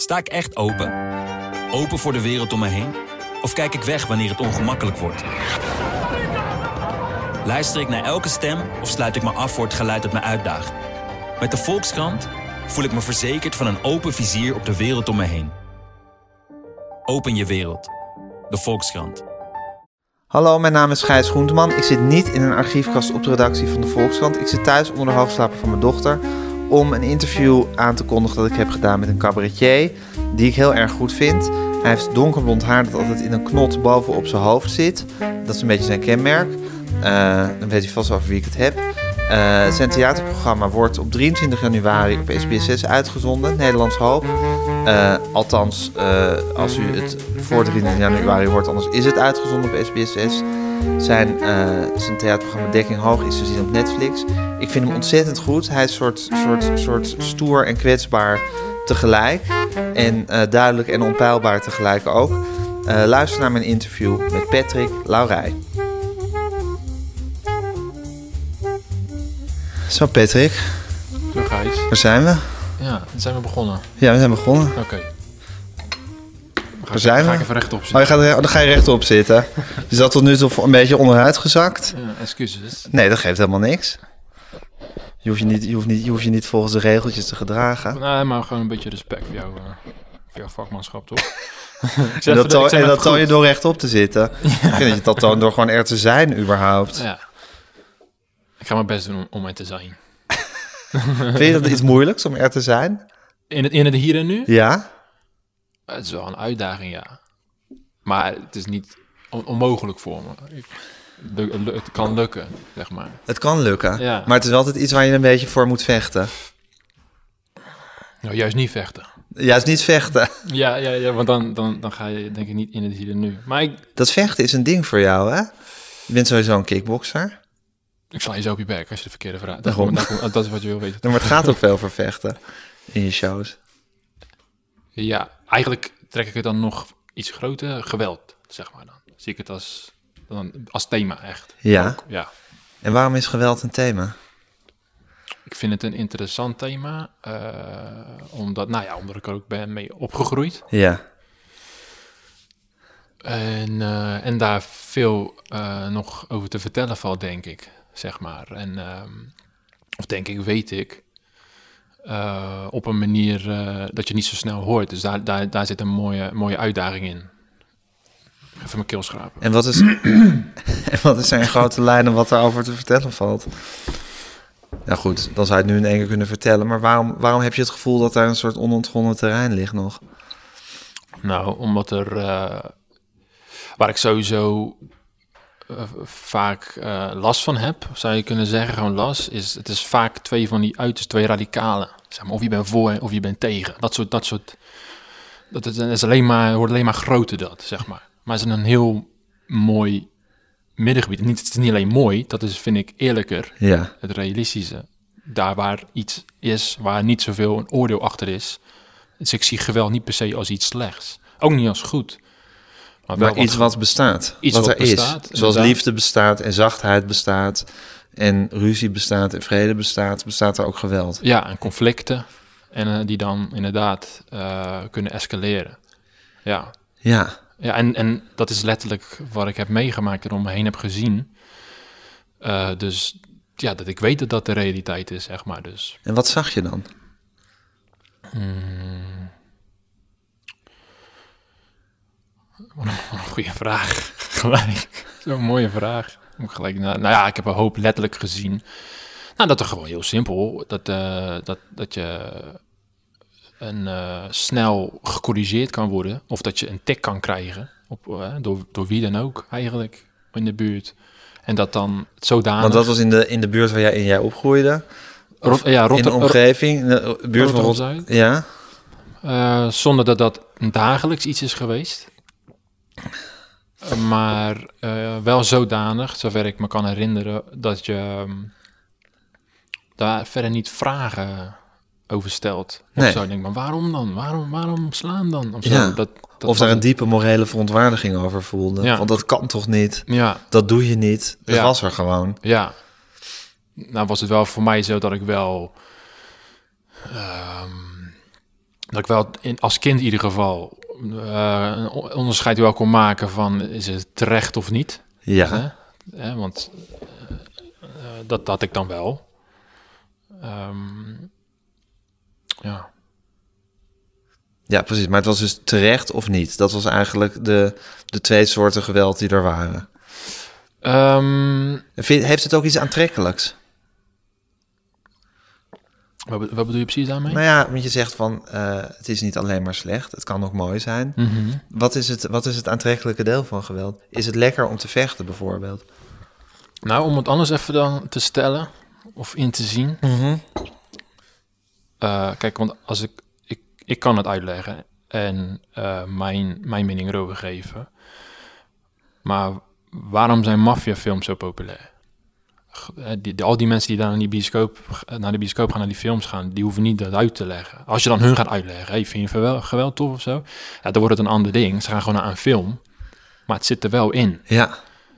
Sta ik echt open? Open voor de wereld om me heen? Of kijk ik weg wanneer het ongemakkelijk wordt? Luister ik naar elke stem of sluit ik me af voor het geluid dat me uitdaagt? Met de Volkskrant voel ik me verzekerd van een open vizier op de wereld om me heen. Open je wereld. De Volkskrant. Hallo, mijn naam is Gijs Groenteman. Ik zit niet in een archiefkast op de redactie van de Volkskrant. Ik zit thuis onder de hoogslaper van mijn dochter om een interview aan te kondigen dat ik heb gedaan met een cabaretier die ik heel erg goed vind. Hij heeft donkerblond haar dat altijd in een knot bovenop zijn hoofd zit. Dat is een beetje zijn kenmerk. Dan weet u vast wel over wie ik het heb. Zijn theaterprogramma wordt op 23 januari op SBS6 uitgezonden, Nederlands Hoop. Althans, als u het voor 23 januari hoort, anders is het uitgezonden op SBS6. Zijn theaterprogramma Dekking Hoog is te zien op Netflix. Ik vind hem ontzettend goed. Hij is soort stoer en kwetsbaar tegelijk. En duidelijk en onpeilbaar tegelijk ook. Luister naar mijn interview met Patrick Laurij. Zo Patrick. Zo Gijs. Waar zijn we? Ja, dan zijn we begonnen. Ja, we zijn begonnen. Oké. Waar zijn we? Ga ik even rechtop zitten. Dan ga je rechtop zitten. Je zat tot nu toe een beetje onderuit gezakt. Ja, excuses. Nee, dat geeft helemaal niks. Je hoeft je niet volgens de regeltjes te gedragen. Nee, maar gewoon een beetje respect voor jouw vakmanschap, toch? En dat toon je door rechtop te zitten. Ja. Ik vind dat je dat toont door gewoon er te zijn, überhaupt. Ja. Ik ga mijn best doen om er te zijn. Vind je dat iets moeilijks om er te zijn? In het hier en nu? Ja. Het is wel een uitdaging, ja. Maar het is niet onmogelijk voor me. Het kan lukken, zeg maar. Het kan lukken, ja. Maar het is wel altijd iets waar je een beetje voor moet vechten. Nou, juist niet vechten. Juist niet vechten. Ja, want dan ga je denk ik niet in het hier en nu. Maar dat vechten is een ding voor jou, hè? Je bent sowieso een kickbokser. Ik sla je zo op je bek als je de verkeerde vraag. Dat is wat je wil weten. Maar het gaat ook veel voor vechten in je shows. Ja, eigenlijk trek ik het dan nog iets groter. Geweld, zeg maar dan. Zie ik het als thema, echt. Ja? Ook, ja. En waarom is geweld een thema? Ik vind het een interessant thema. Omdat ik er ook ben mee opgegroeid. Ja. En daar veel nog over te vertellen valt, denk ik. Zeg maar. Of denk ik, weet ik. Op een manier dat je niet zo snel hoort. Dus daar zit een mooie uitdaging in. Even mijn keel schrapen. En wat is zijn grote lijnen wat daarover te vertellen valt? Nou goed, dan zou je het nu in één keer kunnen vertellen. Maar waarom heb je het gevoel dat daar een soort onontgonnen terrein ligt nog? Nou, omdat waar ik sowieso vaak last van heb, zou je kunnen zeggen, gewoon last, het is vaak twee van die uiterst, twee radicalen. Zeg maar, of je bent voor of je bent tegen. Dat is wordt alleen maar groter, dat, zeg maar. Maar het is een heel mooi middengebied. Het is niet alleen mooi, dat is, vind ik, eerlijker. Ja. Het realistische. Daar waar iets is, waar niet zoveel een oordeel achter is. Dus ik zie geweld niet per se als iets slechts. Ook niet als goed. Maar iets wat bestaat. Iets wat wat er bestaat, is. Zoals liefde bestaat en zachtheid bestaat. En ruzie bestaat en vrede bestaat er ook geweld. Ja, en conflicten. En die dan inderdaad kunnen escaleren. Ja. Ja. Ja, en dat is letterlijk wat ik heb meegemaakt en om me heen heb gezien. Dus ja, dat ik weet dat dat de realiteit is, zeg maar. Dus. En wat zag je dan? Wat een goede vraag. Gelijk. Zo'n mooie vraag. Ik heb een hoop letterlijk gezien. Nou, dat er gewoon heel simpel, dat je snel gecorrigeerd kan worden. Of dat je een tik kan krijgen. Door wie dan ook eigenlijk in de buurt. En dat dan zodanig... Want dat was in de buurt waar jij opgroeide? In de omgeving? In de buurt van Rotterdam-Zuid? Ja. Zonder dat dagelijks iets is geweest. Maar wel zodanig, zover ik me kan herinneren, dat je daar verder niet vragen over stelt. Nee. Of zo. Ik denk, maar waarom dan? Waarom slaan dan? Of, zo. Ja. Of daar een het. diepe morele verontwaardiging over voelde. Ja. Want dat kan toch niet? Ja. Dat doe je niet. Dat was er gewoon. Ja. Nou was het wel voor mij zo dat ik wel dat ik wel als kind in ieder geval een onderscheid wel kon maken van is het terecht of niet. Ja. Want dat had ik dan wel. Ja. Ja, precies. Maar het was dus terecht of niet? Dat was eigenlijk de twee soorten geweld die er waren. Heeft het ook iets aantrekkelijks? Wat bedoel je precies daarmee? Nou ja, want je zegt van het is niet alleen maar slecht. Het kan ook mooi zijn. Mm-hmm. Wat is het aantrekkelijke deel van geweld? Is het lekker om te vechten bijvoorbeeld? Nou, om het anders even dan te stellen of in te zien. Mm-hmm. Kijk, want als ik kan het uitleggen en mijn mening erover geven. Maar waarom zijn maffiafilms zo populair? Al die mensen die daar naar de bioscoop gaan, naar die films gaan, die hoeven niet dat uit te leggen. Als je dan hun gaat uitleggen, hey, vind je geweld tof of zo? Ja, dan wordt het een ander ding. Ze gaan gewoon naar een film, maar het zit er wel in. Ja.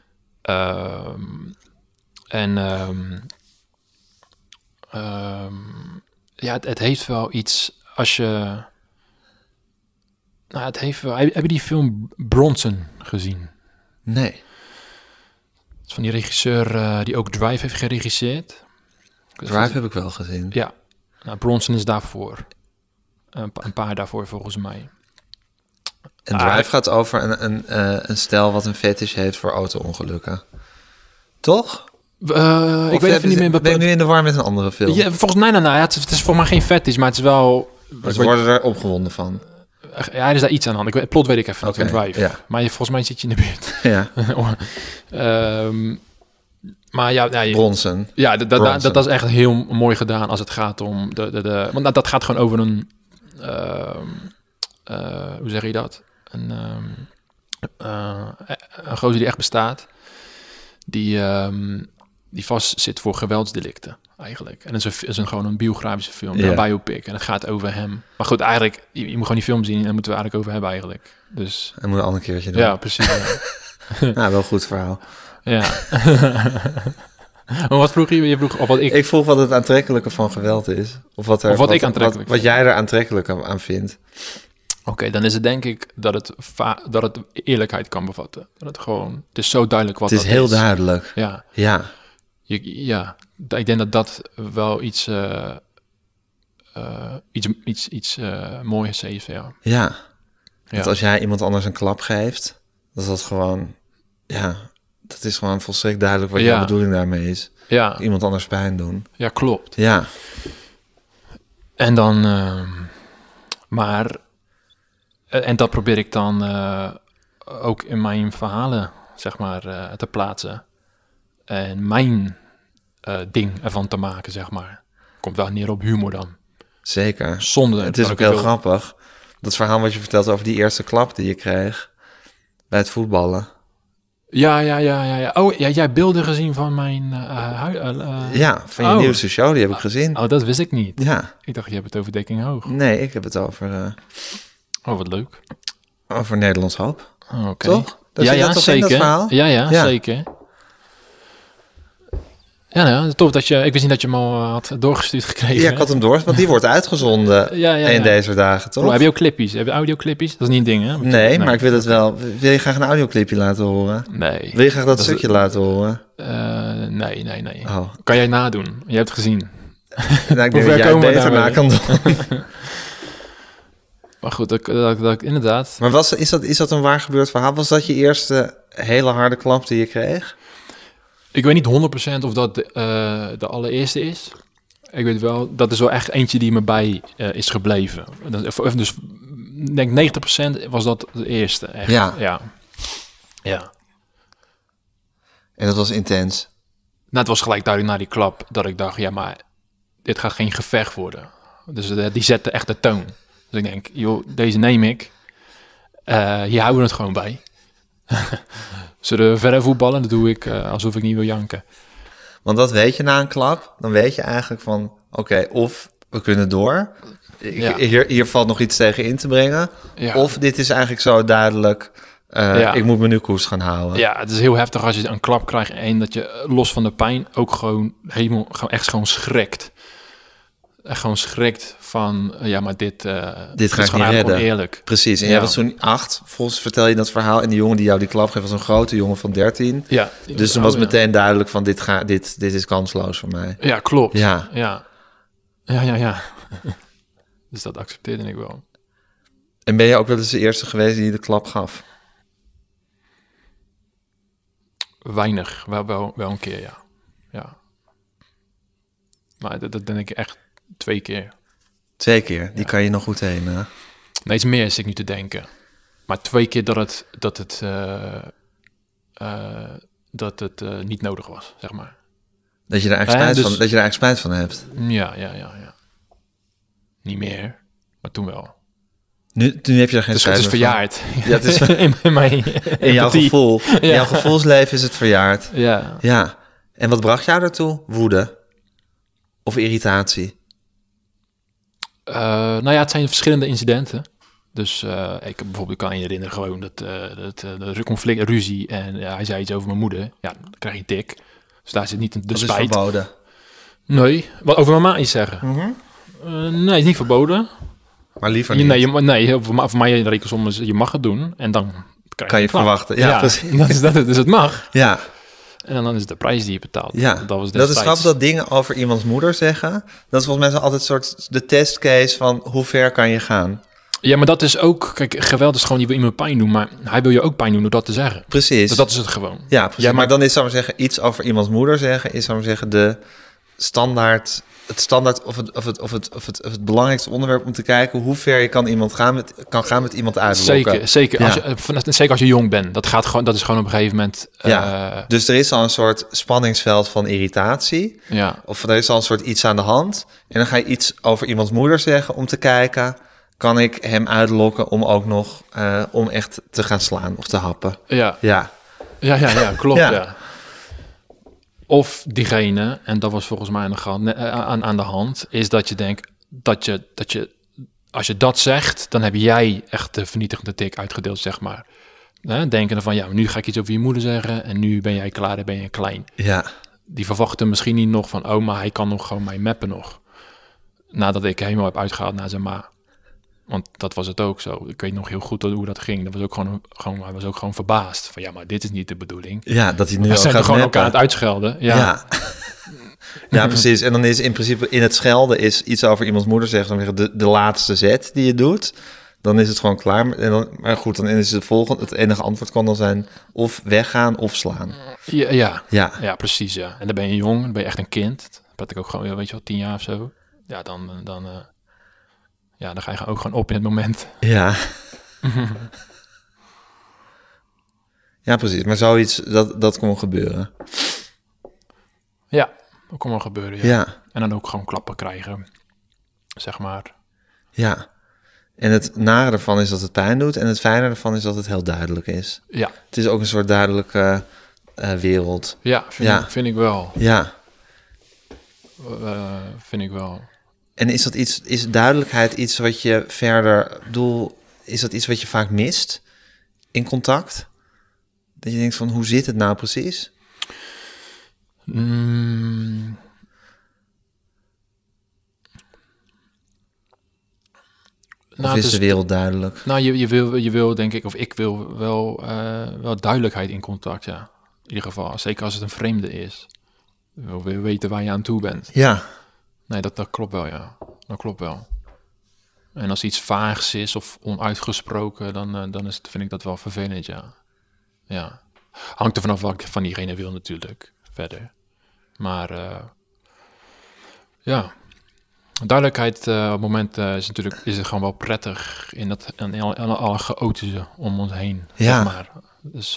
Ja, het heeft wel iets als je... Nou, het heeft wel... Heb je die film Bronson gezien? Nee. Het is van die regisseur die ook Drive heeft geregisseerd. Drive heb ik wel gezien. Ja. Nou, Bronson is daarvoor. Een paar daarvoor volgens mij. En Drive gaat over een stel wat een fetish heeft voor auto-ongelukken. Toch? Ik weet even niet meer... Ben ik nu in de war met een andere film? Ja, volgens mij, nou, het is volgens mij geen fetish, maar het is wel... Maar ze worden er opgewonden van. Ja, er is daar iets aan de hand. Het plot weet ik even niet, van Drive. Ja. Maar volgens mij zit je in de buurt. Ja. Maar ja... Bronson. Ja, dat is echt heel mooi gedaan als het gaat om want dat gaat gewoon over een... hoe zeg je dat? Een gozer die echt bestaat. Die vast zit voor geweldsdelicten, eigenlijk. En het is gewoon een biografische film, een biopic. En het gaat over hem. Maar goed, eigenlijk, je moet gewoon die film zien en daar moeten we eigenlijk over hebben, eigenlijk. Dus... En moet een ander keertje doen. Ja, precies. Ja. Nou, wel een goed verhaal. Ja. Maar wat vroeg je? Je vroeg of wat ik vroeg wat het aantrekkelijke van geweld is. Of wat ik aantrekkelijk wat jij er aantrekkelijk aan vindt. Oké, dan is het denk ik dat het eerlijkheid kan bevatten. Het is zo duidelijk wat dat is. Het is heel duidelijk. Ja. Ja. Ik denk dat wel iets moois is, ja. Ja. Dat als jij iemand anders een klap geeft, dat gewoon... Ja, dat is gewoon volstrekt duidelijk wat jouw bedoeling daarmee is. Ja. Iemand anders pijn doen. Ja, klopt. Ja. En dan... En dat probeer ik dan ook in mijn verhalen, zeg maar, te plaatsen. En mijn ding ervan te maken, zeg maar. Komt wel neer op humor dan. Zeker. Zonder... Het is ook heel grappig. Dat verhaal wat je vertelt over die eerste klap die je kreeg bij het voetballen. Ja. Oh, ja, jij beelden gezien van mijn... ja, van je nieuwste show, die heb ik gezien. Oh, dat wist ik niet. Ja. Ik dacht, je hebt het over Dekking Hoog. Nee, ik heb het over... Oh, wat leuk. Over Nederlands Hoop. Oh, oké. Toch? Ja, dat zeker. Dat verhaal? Ja, zeker. Ja, nou, tof dat je... Ik wist niet dat je hem al had doorgestuurd gekregen. Ja, ik had hem door, want die wordt uitgezonden in deze dagen, toch? Heb je ook clipjes? Heb je audioclipjes? Dat is niet een ding, hè? Nee, maar ik wil het wel... Wil je graag een audioclipje laten horen? Nee. Wil je graag dat stukje laten horen? Nee. Oh. Kan jij nadoen? Je hebt het gezien. Nou, ik denk dat jij het beter na kan doen. Maar goed, dat inderdaad... Maar is dat een waar gebeurd verhaal? Was dat je eerste hele harde klap die je kreeg? Ik weet niet 100% of dat de allereerste is. Ik weet wel, dat is wel echt eentje die me bij is gebleven. Dus ik denk 90% was dat de eerste. Echt. Ja. En dat was intens? Nou, het was gelijk duidelijk na die klap dat ik dacht... ja, maar dit gaat geen gevecht worden. Dus die zette echt de toon. Dus ik denk, joh, deze neem ik. Hier houden we het gewoon bij. Zullen we verder voetballen? Dat doe ik alsof ik niet wil janken. Want dat weet je na een klap. Dan weet je eigenlijk van... Oké, of we kunnen door. Hier valt nog iets tegen in te brengen. Ja. Of dit is eigenlijk zo duidelijk... ik moet me nu koers gaan houden. Ja, het is heel heftig als je een klap krijgt... en dat je los van de pijn ook gewoon schrikt. echt gewoon schrikt van... maar dit ga is ik gewoon niet redden. oneerlijk. Precies, en jij was toen 8. Volgens vertel je dat verhaal. En die jongen die jou die klap geeft was een grote jongen van 13. Ja. Dus toen was meteen duidelijk van dit is kansloos voor mij. Ja, klopt. Ja. Ja. Dus dat accepteerde ik wel. En ben je ook wel eens de eerste geweest die de klap gaf? Weinig, wel een keer, ja. Maar dat ben ik echt 2 keer. 2 keer, die kan je nog goed heen. Hè? Nee, iets meer is ik nu te denken. Maar 2 keer dat het niet nodig was, zeg maar. Dat je er eigenlijk spijt van hebt. Ja. Niet meer, maar toen wel. Nu heb je er geen spijt Het is meer verjaard. Ja, het is in jouw gevoel. In jouw gevoelsleven is het verjaard. Ja. En wat bracht jou daartoe? Woede? Of irritatie? Het zijn verschillende incidenten. Dus ik kan je herinneren gewoon de conflict, ruzie. En hij zei iets over mijn moeder. Ja, dan krijg je een tik. Dus daar zit niet de dat spijt. Is verboden? Nee, wat over mama iets zeggen. Nee, is niet verboden. Maar liever niet. Nee, voor mij rekenen soms, je mag het doen. En dan kan je verwachten. Ja, precies. Dat is dat het, dus het mag. Ja. En dan is het de prijs die je betaalt. Ja, dat is grappig dat dingen over iemands moeder zeggen. Dat is volgens mij altijd een soort de testcase van hoe ver kan je gaan. Ja, maar dat is ook... Kijk, geweld is gewoon, je wil iemand pijn doen, maar hij wil je ook pijn doen door dat te zeggen. Precies. Dus dat is het gewoon. Ja, precies. Maar dan is, zou ik zeggen, iets over iemands moeder zeggen, is, zou ik zeggen, de standaard... Het standaard of het belangrijkste onderwerp om te kijken hoe ver je kan gaan met iemand uitlokken. Zeker. Ja. Zeker als je jong bent. Dat is gewoon op een gegeven moment... Dus er is al een soort spanningsveld van irritatie. Ja. Of er is al een soort iets aan de hand. En dan ga je iets over iemands moeder zeggen om te kijken... kan ik hem uitlokken om ook nog... om echt te gaan slaan of te happen. Ja, klopt, Ja. ja. Of diegene, en dat was volgens mij aan de hand, is dat je denkt dat je als je dat zegt, dan heb jij echt de vernietigende tik uitgedeeld, zeg maar. Denken van, ja, nu ga ik iets over je moeder zeggen en nu ben jij klaar, dan ben je klein. Ja. Die verwachten misschien niet nog van, maar hij kan nog gewoon mij mappen nog. Nadat ik helemaal heb uitgehaald naar zijn ma. Want dat was het ook zo. Ik weet nog heel goed hoe dat ging. Dat was ook hij was ook gewoon verbaasd. Van maar dit is niet de bedoeling. Ja, dat hij nu al zijn gaat gewoon mappen. elkaar aan het uitschelden. Ja. Ja, precies. En dan is in principe in het schelden is iets over iemands moeder zeggen. Dan de laatste zet die je doet. Dan is het gewoon klaar. En dan, maar goed, dan is het enige antwoord kan dan zijn of weggaan of slaan. Ja, precies. Ja. En dan ben je jong, dan ben je echt een kind. Dan praat ik ook gewoon, weet je wel, 10 jaar of zo. Ja, dan ga je ook gewoon op in het moment. Ja. Ja, precies. Maar zoiets, dat kon gebeuren. Ja, dat kon wel gebeuren, ja. En dan ook gewoon klappen krijgen, zeg maar. Ja. En het nare ervan is dat het pijn doet. En het fijne ervan is dat het heel duidelijk is. Ja. Het is ook een soort duidelijke wereld. Ja, vind ik wel. Ja. Vind ik wel. En is duidelijkheid iets wat je verder is dat iets wat je vaak mist in contact? Dat je denkt van, hoe zit het nou precies? Of is de wereld duidelijk? Nou, je wil denk ik, of ik wil wel duidelijkheid in contact, ja. In ieder geval, zeker als het een vreemde is. We willen weten waar je aan toe bent. Ja. Nee, dat klopt wel, ja. Dat klopt wel. En als iets vaags is of onuitgesproken, dan vind ik dat wel vervelend, ja. Ja. Hangt er vanaf wat ik van diegene wil natuurlijk, verder. Maar duidelijkheid op het moment is het gewoon wel prettig in alle chaotische om ons heen. Ja. Zeg maar. Dus,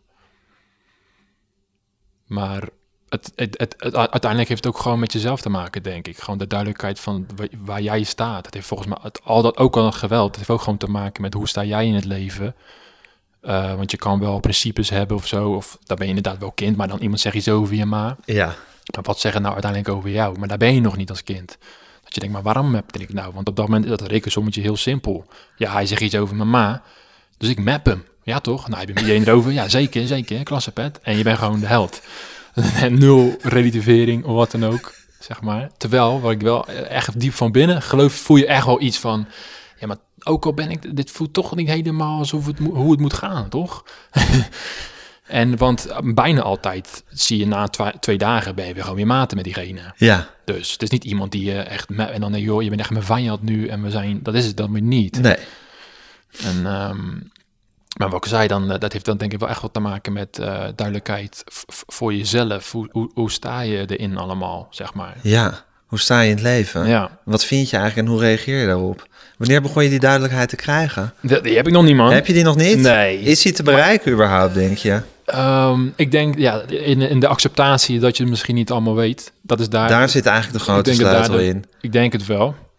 maar uiteindelijk heeft het ook gewoon met jezelf te maken, denk ik. Gewoon de duidelijkheid van waar jij staat. Het heeft volgens mij ook al het geweld. Het heeft ook gewoon te maken met hoe sta jij in het leven. Want je kan wel principes hebben of zo. Of daar ben je inderdaad wel kind. Maar dan iemand zegt iets over je ma. Ja. Maar wat zeggen nou uiteindelijk over jou? Maar daar ben je nog niet als kind. Dat je denkt, maar waarom mapte ik nou? Want op dat moment is dat rekensommetje heel simpel. Ja, hij zegt iets over mijn ma. Dus ik map hem. Ja, toch? Nou, heb je iedereen erover? Ja, zeker. Klassepet. En je bent gewoon de held. En 0 relativering of wat dan ook. zeg maar. Terwijl, wat ik wel echt diep van binnen geloof, voel je echt wel iets van... Ja, maar ook al ben ik... Dit voelt toch niet helemaal alsof hoe het moet gaan, toch? Want bijna altijd zie je na 2 dagen ben je weer gewoon weer maten met diegene. Ja. Dus het is niet iemand die je echt... En dan denk je, joh, je bent echt mijn vijand nu en we zijn... Dat is het dan weer niet. Nee. En... Maar wat ik zei dan, dat heeft dan denk ik wel echt wat te maken met duidelijkheid voor jezelf. Hoe sta je erin allemaal, zeg maar. Ja, hoe sta je in het leven? Ja. Wat vind je eigenlijk en hoe reageer je daarop? Wanneer begon je die duidelijkheid te krijgen? Die heb ik nog niet, man. Heb je die nog niet? Nee. Is die te bereiken überhaupt, denk je? Ik denk, ja, in de acceptatie dat je het misschien niet allemaal weet. Dat is daar. Daar zit eigenlijk de grote sleutel in. Ik denk het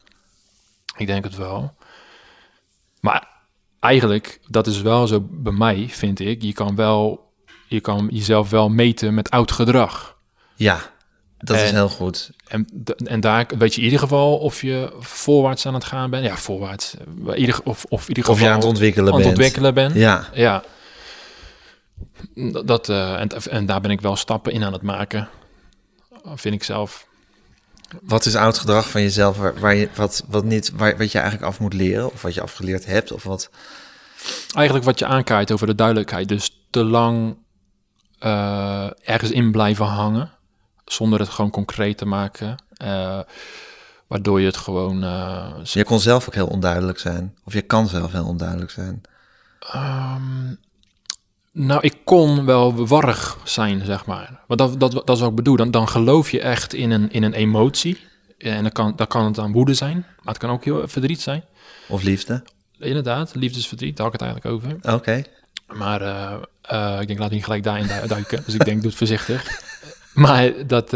wel. Maar eigenlijk, dat is wel zo bij mij, vind ik. Je kan jezelf wel meten met oud gedrag. Ja, dat is heel goed. En daar weet je in ieder geval of je voorwaarts aan het gaan bent. Ja, voorwaarts. Of in ieder geval of je aan het ontwikkelen bent. Ja. En daar ben ik wel stappen in aan het maken. Vind ik zelf. Wat is oud gedrag van jezelf wat je eigenlijk af moet leren? Of wat je afgeleerd hebt? Of wat? Eigenlijk wat je aankaart over de duidelijkheid. Dus te lang ergens in blijven hangen. Zonder het gewoon concreet te maken. Waardoor je het gewoon... Je kon zelf ook heel onduidelijk zijn. Of je kan zelf heel onduidelijk zijn. Nou, ik kon wel warrig zijn, zeg maar. Want dat is wat ik bedoel. Dan geloof je echt in een emotie. En dan kan het dan woede zijn. Maar het kan ook heel verdriet zijn. Of liefde. Inderdaad, liefdesverdriet. Daar had ik het eigenlijk over. Oké. Maar ik denk, laat niet gelijk daarin duiken. Dus ik denk, doe het voorzichtig. Maar dat...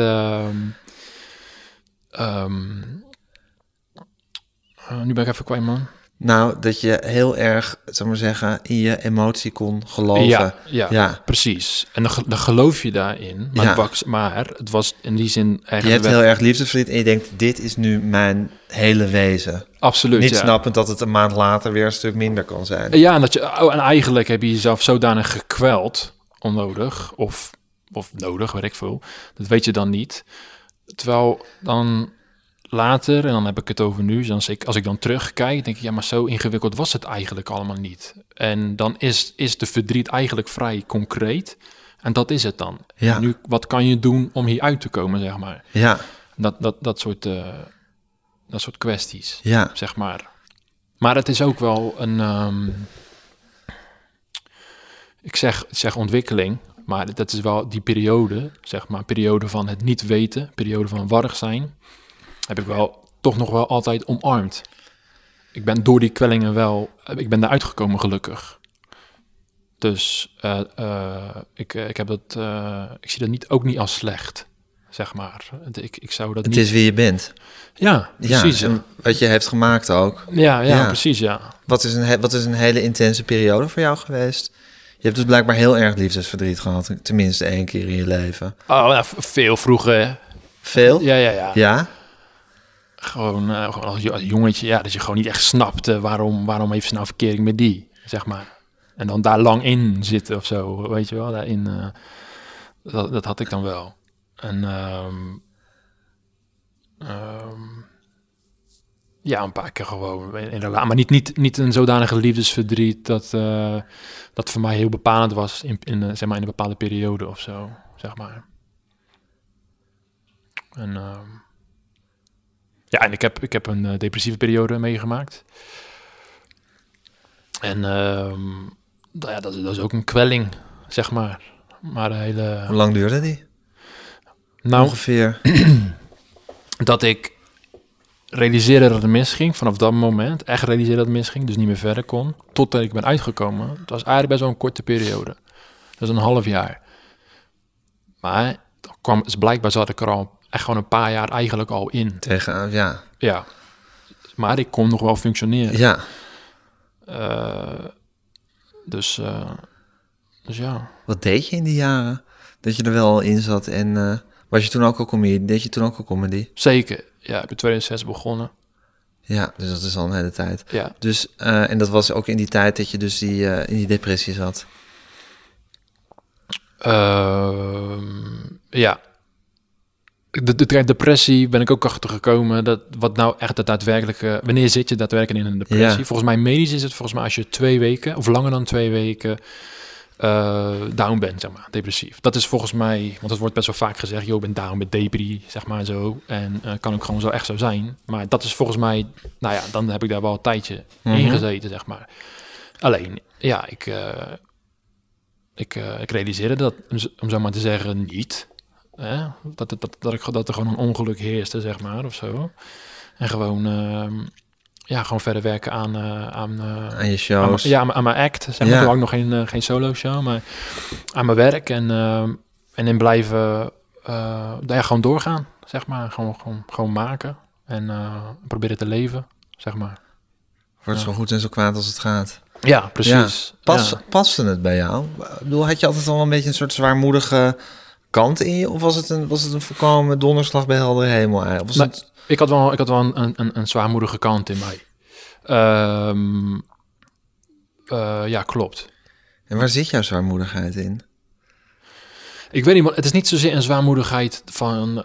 nu ben ik even kwijt, man. Nou, dat je heel erg, zal maar zeggen, in je emotie kon geloven. Ja, precies. En dan geloof je daarin. Maar het was in die zin... Je hebt heel erg liefdesverdriet en je denkt, dit is nu mijn hele wezen. Absoluut, Niet snappend dat het een maand later weer een stuk minder kan zijn. Ja, en eigenlijk heb je jezelf zodanig gekweld, onnodig, of nodig, weet ik veel. Dat weet je dan niet. Terwijl dan... later, en dan heb ik het over nu, als ik dan terugkijk, denk ik, ja, maar zo ingewikkeld was het eigenlijk allemaal niet. En dan is de verdriet eigenlijk vrij concreet. En dat is het dan. Ja. En nu, wat kan je doen om hier uit te komen, zeg maar. Ja. Dat soort kwesties, ja. zeg maar. Maar het is ook wel een... ik zeg ontwikkeling, maar dat is wel die periode, zeg maar, periode van het niet weten, periode van warrig zijn, heb ik toch nog wel altijd omarmd. Ik ben door die kwellingen ik ben eruit gekomen, gelukkig. Dus ik heb dat, ik zie dat ook niet als slecht, zeg maar. Ik zou dat het niet... is wie je bent. Ja, precies. Ja, en wat je hebt gemaakt ook. Ja, precies, ja. Wat is een hele intense periode voor jou geweest? Je hebt dus blijkbaar heel erg liefdesverdriet gehad, tenminste 1 keer in je leven. Oh, ja, veel vroeger. Veel? Ja. Ja? Gewoon als jongetje, ja, dat je gewoon niet echt snapte waarom heeft ze nou verkering met die, zeg maar. En dan daar lang in zitten of zo, weet je wel, daarin. Dat had ik dan wel. En ja, een paar keer gewoon in relatie, maar niet een zodanige liefdesverdriet dat voor mij heel bepalend was in zeg maar in een bepaalde periode of zo, zeg maar. En ja, en ik heb een depressieve periode meegemaakt. En dat is ook een kwelling, zeg maar. Maar een hele... Hoe lang duurde die? Nou, ongeveer. Dat ik realiseerde dat het misging. Vanaf dat moment echt realiseerde dat het misging. Dus niet meer verder kon. Totdat ik ben uitgekomen. Het was eigenlijk best wel een korte periode. Dat is een half jaar. Maar blijkbaar zat ik er al echt gewoon een paar jaar eigenlijk al in. Tegenaan, ja. Ja. Maar ik kon nog wel functioneren. Ja. Dus ja. Wat deed je in die jaren? Dat je er wel in zat en... was je toen ook al comedy? Deed je toen ook al comedy? Zeker. Ja, ik ben in 2006 begonnen. Ja, dus dat is al een hele tijd. Ja. Dus, en dat was ook in die tijd dat je dus in die depressie zat? Ja. De depressie ben ik ook achter gekomen. Dat wat nou echt het daadwerkelijke... Wanneer zit je daadwerkelijk in een depressie? Ja. Volgens mij medisch is het volgens mij als je 2 weken... of langer dan 2 weken down bent, zeg maar, depressief. Dat is volgens mij... Want het wordt best wel vaak gezegd... joh, ik ben down met depri, zeg maar zo. En kan ook gewoon zo echt zo zijn. Maar dat is volgens mij... Nou ja, dan heb ik daar wel een tijdje in gezeten, zeg maar. Alleen, ja, ik realiseerde dat, om zo maar te zeggen, niet... Dat er gewoon een ongeluk heerste, zeg maar, of zo. En gewoon, gewoon verder werken aan je shows. Aan mijn act, zeg maar. Toen had ik nog geen solo show, maar aan mijn werk. En in blijven, gewoon doorgaan, zeg maar. Gewoon maken en proberen te leven, zeg maar. Wordt zo goed en zo kwaad als het gaat. Ja, precies. Ja. Paste het bij jou? Ik bedoel, had je altijd al een beetje een soort zwaarmoedige... kant in je? Of was het een volkomen donderslag bij heldere hemel? Ik had wel een zwaarmoedige kant in mij. Ja, klopt. En waar zit jouw zwaarmoedigheid in? Ik weet niet, maar het is niet zozeer een zwaarmoedigheid van...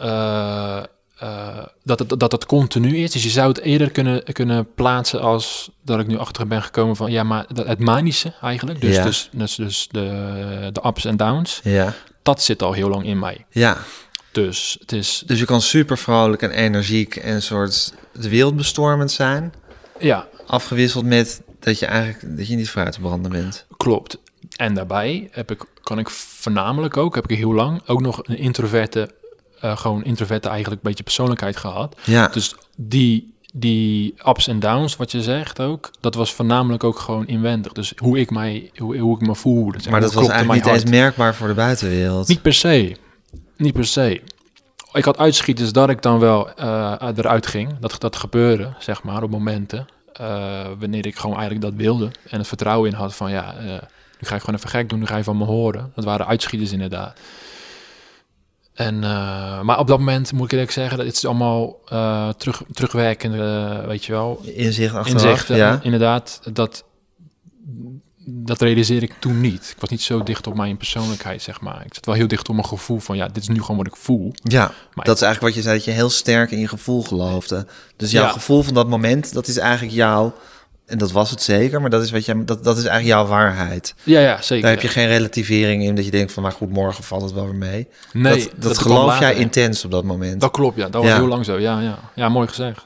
dat het continu is. Dus je zou het eerder kunnen plaatsen als dat ik nu achter ben gekomen van... Ja, maar het manische eigenlijk. Dus de ups en downs. Ja. Dat zit al heel lang in mij. Ja. Dus het is... Dus je kan super vrolijk en energiek en een soort de wereld bestormend zijn. Ja. Afgewisseld met dat je niet vooruit te branden bent. Klopt. En daarbij kan ik voornamelijk heb ik heel lang ook nog een introverte eigenlijk een beetje persoonlijkheid gehad. Ja. Dus die ups en downs, wat je zegt ook, dat was voornamelijk ook gewoon inwendig. Dus hoe ik me voelde. Zeg maar dat was eigenlijk niet eens merkbaar voor de buitenwereld. Niet per se. Ik had uitschieters dat ik dan wel eruit ging. Dat gebeurde, zeg maar, op momenten. Wanneer ik gewoon eigenlijk dat wilde. En het vertrouwen in had van, nu ga ik gewoon even gek doen. Nu ga je van me horen. Dat waren uitschieters inderdaad. En, maar op dat moment moet ik eerlijk zeggen, dat het is allemaal terugwerkende, weet je wel. Inzicht achteraf, ja. Inderdaad, dat realiseerde ik toen niet. Ik was niet zo dicht op mijn persoonlijkheid, zeg maar. Ik zat wel heel dicht op mijn gevoel van, dit is nu gewoon wat ik voel. Ja, maar dat is eigenlijk wat je zei, dat je heel sterk in je gevoel geloofde. Dus jouw gevoel van dat moment, dat is eigenlijk jouw... En dat was het zeker, maar dat is dat is eigenlijk jouw waarheid. Ja, zeker. Daar heb je geen relativering in, dat je denkt van, maar goed, morgen valt het wel weer mee. Nee, dat geloof jij intens op dat moment. Dat klopt, ja. Dat was heel lang zo, ja, mooi gezegd.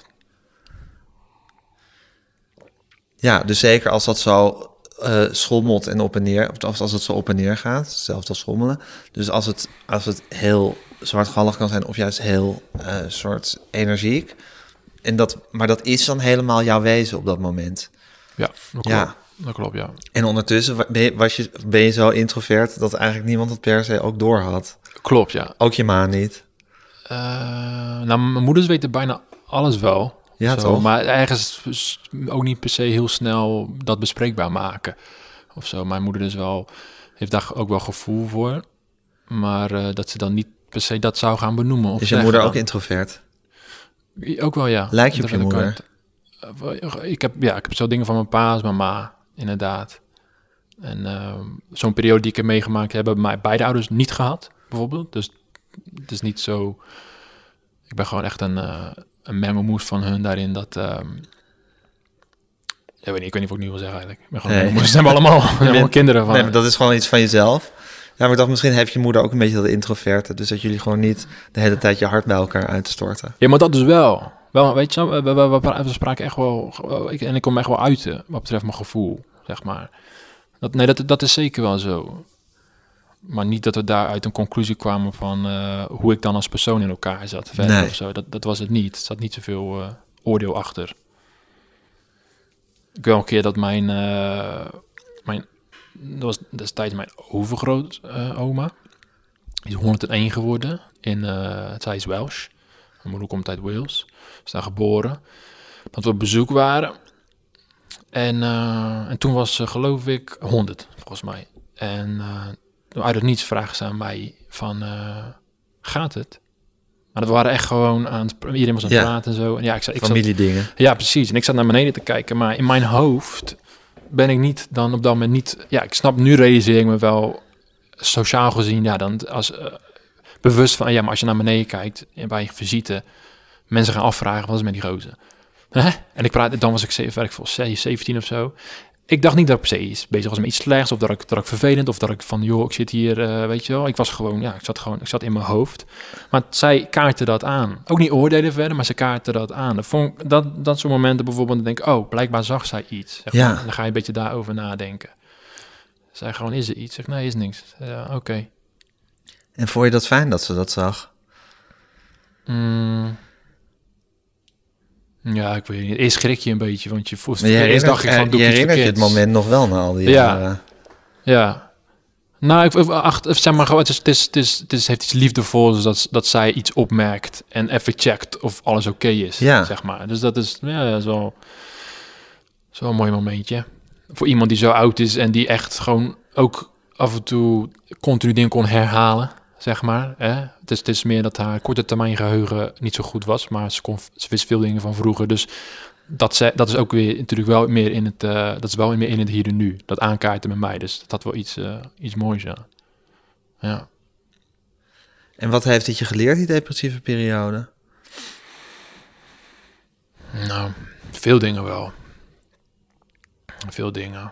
Ja, dus zeker als dat zo schommelt en op en neer, of als het zo op en neer gaat, hetzelfde als schommelen. Dus als het heel zwartgallig kan zijn, of juist heel soort energiek. Maar dat is dan helemaal jouw wezen op dat moment. Ja, dat klopt, ja. En ondertussen ben je zo introvert dat eigenlijk niemand het per se ook door had. Klopt, ja. Ook je ma niet? Mijn moeders weten bijna alles wel. Ja, toch? Maar ergens ook niet per se heel snel dat bespreekbaar maken. Of zo. Mijn moeder heeft daar ook wel gevoel voor. Maar dat ze dan niet per se dat zou gaan benoemen. Of is je moeder ook introvert? Ook wel, ja. Lijkt je op je moeder? Ik heb zo dingen van mijn pa als mijn ma, inderdaad. En zo'n periode die ik heb meegemaakt, hebben mijn beide ouders niet gehad, bijvoorbeeld. Dus het is niet zo... Ik ben gewoon echt een mengelmoes van hun daarin dat... ik weet niet of ik nu wil zeggen eigenlijk. Ik ben gewoon mengelmoes. Zijn we allemaal kinderen van. Nee, maar dat is gewoon iets van jezelf. Ja, maar ik dacht, misschien heeft je moeder ook een beetje dat introverte. Dus dat jullie gewoon niet de hele tijd je hart bij elkaar uitstorten. Ja, maar dat dus wel. Weet je, we spraken echt wel... En ik kom echt wel uiten wat betreft mijn gevoel, zeg maar. Dat is zeker wel zo. Maar niet dat we daaruit een conclusie kwamen van hoe ik dan als persoon in elkaar zat. Verder of zo. Dat was het niet. Er zat niet zoveel oordeel achter. Ik wil een keer dat dat was destijds mijn overgroot oma. Die is 101 geworden. Zij is Welsh. Mijn moeder komt uit Wales. Is daar geboren. Dat we op bezoek waren. En toen was ze, geloof ik, 100, volgens mij. En uit het niets vragen ze aan mij van... gaat het? Maar dat waren echt gewoon iedereen was aan het praten en zo. En ja, ik familiedingen. Ja, precies. En ik zat naar beneden te kijken. Maar in mijn hoofd ben ik niet dan op dat moment niet... Ja, ik snap, nu realiseer ik me wel sociaal gezien... Ja, dan bewust van, ja, maar als je naar beneden kijkt bij je visite, mensen gaan afvragen, wat is met die gozer? Hè? En dan was ik 17 of zo. Ik dacht niet dat ik per se bezig was met iets slechts, of dat ik vervelend, of dat ik van, joh, ik zit hier, weet je wel. Ik was gewoon, ja, ik zat in mijn hoofd. Maar zij kaarten dat aan. Ook niet oordelen verder, maar ze kaarten dat aan. Dat soort momenten bijvoorbeeld, dan denk ik, oh, blijkbaar zag zij iets. Zeg maar. Dan ga je een beetje daarover nadenken. Zij gewoon, is er iets? Zeg, nee, is niks. Oké. En vond je dat fijn dat ze dat zag? Ja, ik weet niet. Eerst schrik je een beetje, want je voelt... Eerst dacht ik van, doe ik iets verkeerds. Je het moment nog wel na al die jaren. Ja. Nou, zeg maar, het heeft iets liefdevols dat zij iets opmerkt en even checkt of alles oké is, zeg maar. Dus dat is wel een mooi momentje. Voor iemand die zo oud is en die echt gewoon ook af en toe continu dingen kon herhalen, zeg maar. Hè? Het is meer dat haar korte termijn geheugen niet zo goed was, maar ze wist veel dingen van vroeger. Dus dat is ook weer natuurlijk wel meer in het, dat is wel meer in het hier en nu. Dat aankaarten met mij. Dus dat had wel iets moois, ja. En wat heeft dit je geleerd, die depressieve periode? Nou, veel dingen wel. Veel dingen.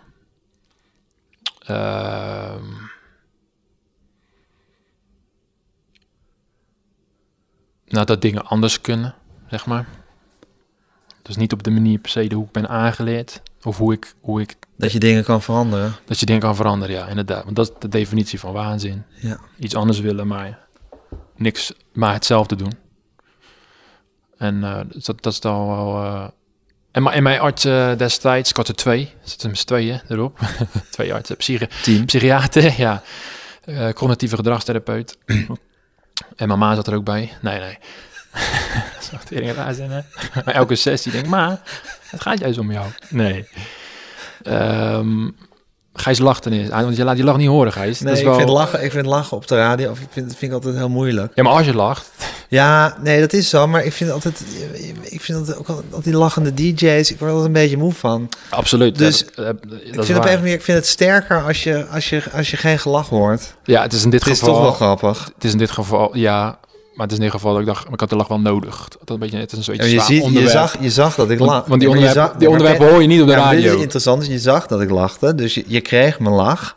Nou, dat dingen anders kunnen, zeg maar. Dus niet op de manier per se hoe ik ben aangeleerd. Of hoe ik... Dat je dingen kan veranderen. Dat je dingen kan veranderen, ja, inderdaad. Want dat is de definitie van waanzin. Ja. Iets anders willen, maar hetzelfde doen. En dat is dan wel... En mijn arts destijds, ik had er 2. Zitten met z'n tweeën erop. 2 artsen. Psychiater, ja. Cognitieve gedragstherapeut. En mama zat er ook bij. Nee. Dat zou tering raar zijn, hè? Maar elke sessie denk ik, maar het gaat juist om jou. Nee. Gijs lacht er eens. Want je laat je lach niet horen, Gijs. Nee, dat is wel... ik vind lachen op de radio, vind ik altijd heel moeilijk. Ja, maar als je lacht... Ja, nee, dat is zo. Maar ik vind altijd ook al die lachende DJ's, ik word er altijd een beetje moe van. Absoluut. Dus ik vind op een manier, ik vind het sterker als je geen gelach hoort. Ja, het is in dit geval... Het is toch wel grappig. Het is in dit geval, ja... Maar het is in ieder geval dat ik dacht, ik had de lach wel nodig. Dat een beetje, het is een soort je zag dat ik lachte. Want die onderwerpen hoor je niet op de radio. Dit is interessant, je zag dat ik lachte. Dus je kreeg mijn lach.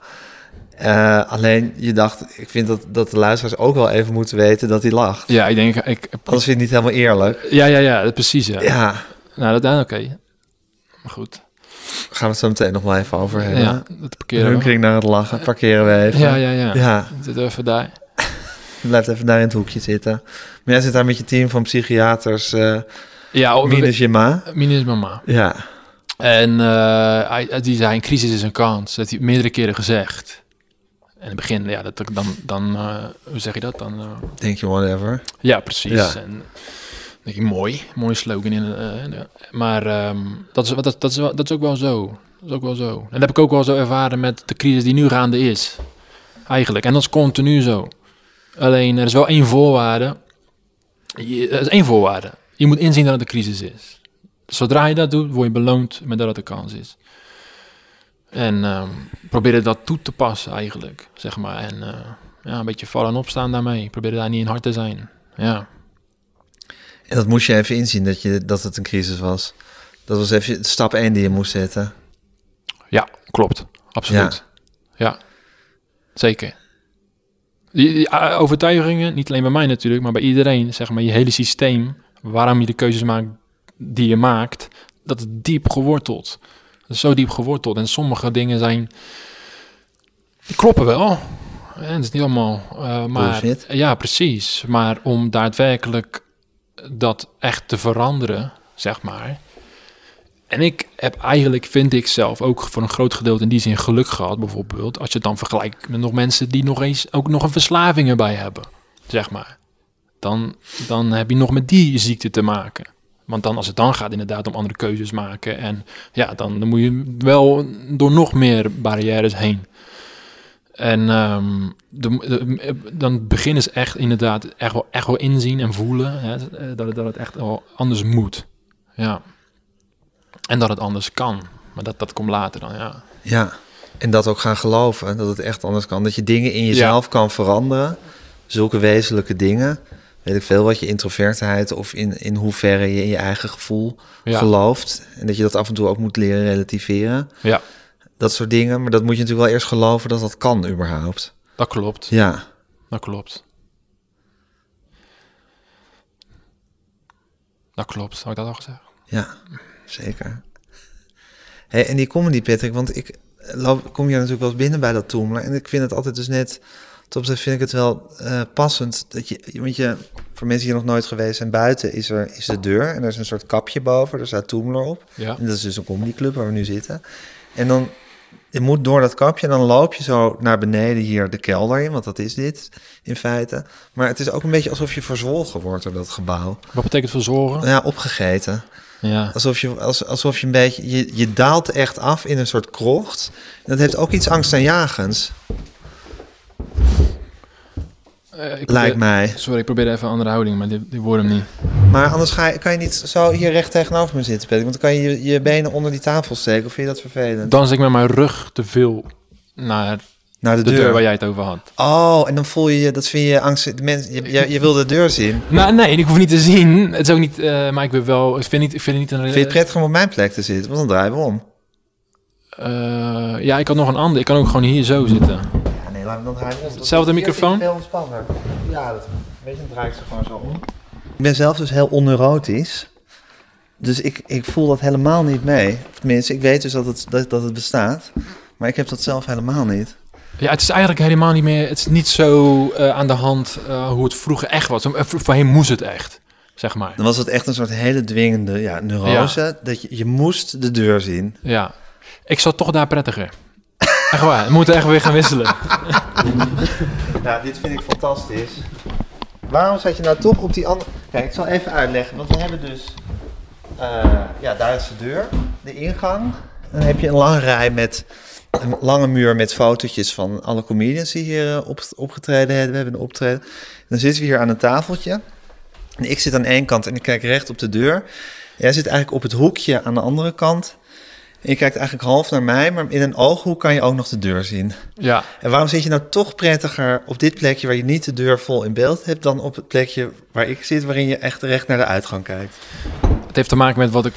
Alleen je dacht, ik vind dat de luisteraars ook wel even moeten weten dat hij lacht. Ja, ik denk... Anders vind je het niet helemaal eerlijk. Ja, precies, ja. Ja. Nou, dat oké. Maar goed. Gaan we het zo meteen nog wel even over hebben. Ja, dat parkeren we. Hunkering naar het lachen, parkeren we even. Ja. Zit even daar. Je blijft even daar in het hoekje zitten. Maar jij zit daar met je team van psychiaters. Minus je ma. Minus mama. Ja. En die zei, een crisis is een kans. Dat hij meerdere keren gezegd. En in het begin, ja, dan hoe zeg je dat? Dan denk je whatever. Ja, precies. Ja. En denk ik, mooi slogan. Maar dat is ook wel zo. Dat is ook wel zo. En dat heb ik ook wel zo ervaren met de crisis die nu gaande is. Eigenlijk. En dat is continu zo. Alleen, er is wel één voorwaarde. Er is één voorwaarde. Je moet inzien dat het een crisis is. Zodra je dat doet, word je beloond met dat het een kans is. En probeer dat toe te passen eigenlijk, zeg maar. En een beetje vallen en opstaan daarmee. Probeer daar niet in hard te zijn. Ja. En dat moest je even inzien, dat het een crisis was. Dat was even stap 1 die je moest zetten. Ja, klopt. Absoluut. Ja. Zeker. Die overtuigingen, niet alleen bij mij natuurlijk, maar bij iedereen, zeg maar, je hele systeem, waarom je de keuzes maakt die je maakt, dat is diep geworteld. Dat is zo diep geworteld. En sommige dingen die kloppen wel. En het is niet allemaal... maar bullshit. Ja, precies. Maar om daadwerkelijk dat echt te veranderen, zeg maar. En ik heb eigenlijk, vind ik zelf, ook voor een groot gedeelte in die zin geluk gehad, bijvoorbeeld. Als je het dan vergelijkt met nog mensen die ook nog een verslaving erbij hebben, zeg maar. Dan heb je nog met die ziekte te maken. Want dan, als het dan gaat inderdaad om andere keuzes maken. En ja, dan moet je wel door nog meer barrières heen. En dan beginnen ze echt inderdaad echt wel inzien en voelen, hè, dat het echt wel anders moet. Ja. En dat het anders kan. Maar dat komt later dan, ja. Ja, en dat ook gaan geloven, dat het echt anders kan. Dat je dingen in jezelf kan veranderen. zulke wezenlijke dingen. Weet ik veel, wat je introvertheid of in hoeverre je in je eigen gevoel gelooft. En dat je dat af en toe ook moet leren relativeren. Ja. Dat soort dingen. Maar dat moet je natuurlijk wel eerst geloven dat dat kan überhaupt. Dat klopt. Ja. Dat klopt. Dat klopt. Had ik dat al gezegd? Ja, zeker. Hey, en die comedy, Patrick, want ik kom hier natuurlijk wel eens binnen bij dat Toemler. En ik vind het altijd dus net... Tot vind ik het wel passend dat je, voor mensen die nog nooit geweest zijn, buiten is de deur en er is een soort kapje boven, daar staat Toemler op. Ja. En dat is dus een comedyclub waar we nu zitten. En dan je moet door dat kapje en dan loop je zo naar beneden hier de kelder in, want dat is dit in feite. Maar het is ook een beetje alsof je verzwolgen wordt door dat gebouw. Wat betekent verzwolgen? Ja, opgegeten. Ja. Alsof je een beetje, je daalt echt af in een soort krocht. En dat heeft ook iets angstaanjagends. Lijkt mij. Sorry, ik probeer even een andere houding, maar die wordt hem niet. Maar anders kan je niet zo hier recht tegenover me zitten, Patrick. Want dan kan je je benen onder die tafel steken. Of vind je dat vervelend? Dan zit ik met mijn rug te veel naar de deur waar jij het over had. Oh, en dan voel je, dat vind je angst. Je wil de deur zien. Nou, nee, ik hoef niet te zien. Het is ook niet, maar ik wil wel. Ik vind het niet een. Vind je het prettig om op mijn plek te zitten? Want dan draaien we om. Ja, ik had nog een ander. Ik kan ook gewoon hier zo zitten. Dan draai je om. Hetzelfde microfoon? Veel ontspanner. Ja, weet je, dan draai ik ze gewoon zo om. Ik ben zelf dus heel onneurotisch. Dus ik voel dat helemaal niet mee. Of tenminste, ik weet dus dat het bestaat. Maar ik heb dat zelf helemaal niet. Ja, het is eigenlijk helemaal niet meer... Het is niet zo aan de hand hoe het vroeger echt was. Voorheen moest het echt, zeg maar. Dan was het echt een soort hele dwingende neurose. Ja. Dat je moest de deur zien. Ja. Ik zat toch daar prettiger. Echt waar, we moeten echt weer gaan wisselen. Ja, dit vind ik fantastisch. Waarom zat je nou toch op die andere... Kijk, ik zal even uitleggen. Want we hebben dus... daar is de deur, de ingang. Dan heb je een lange rij met... Een lange muur met fotootjes van alle comedians die hier opgetreden hebben. We hebben een optreden. Dan zitten we hier aan een tafeltje. En ik zit aan één kant en ik kijk recht op de deur. Jij zit eigenlijk op het hoekje aan de andere kant... En je kijkt eigenlijk half naar mij, maar in een ooghoek kan je ook nog de deur zien. Ja. En waarom zit je nou toch prettiger op dit plekje waar je niet de deur vol in beeld hebt... dan op het plekje waar ik zit, waarin je echt recht naar de uitgang kijkt? Het heeft te maken met wat ik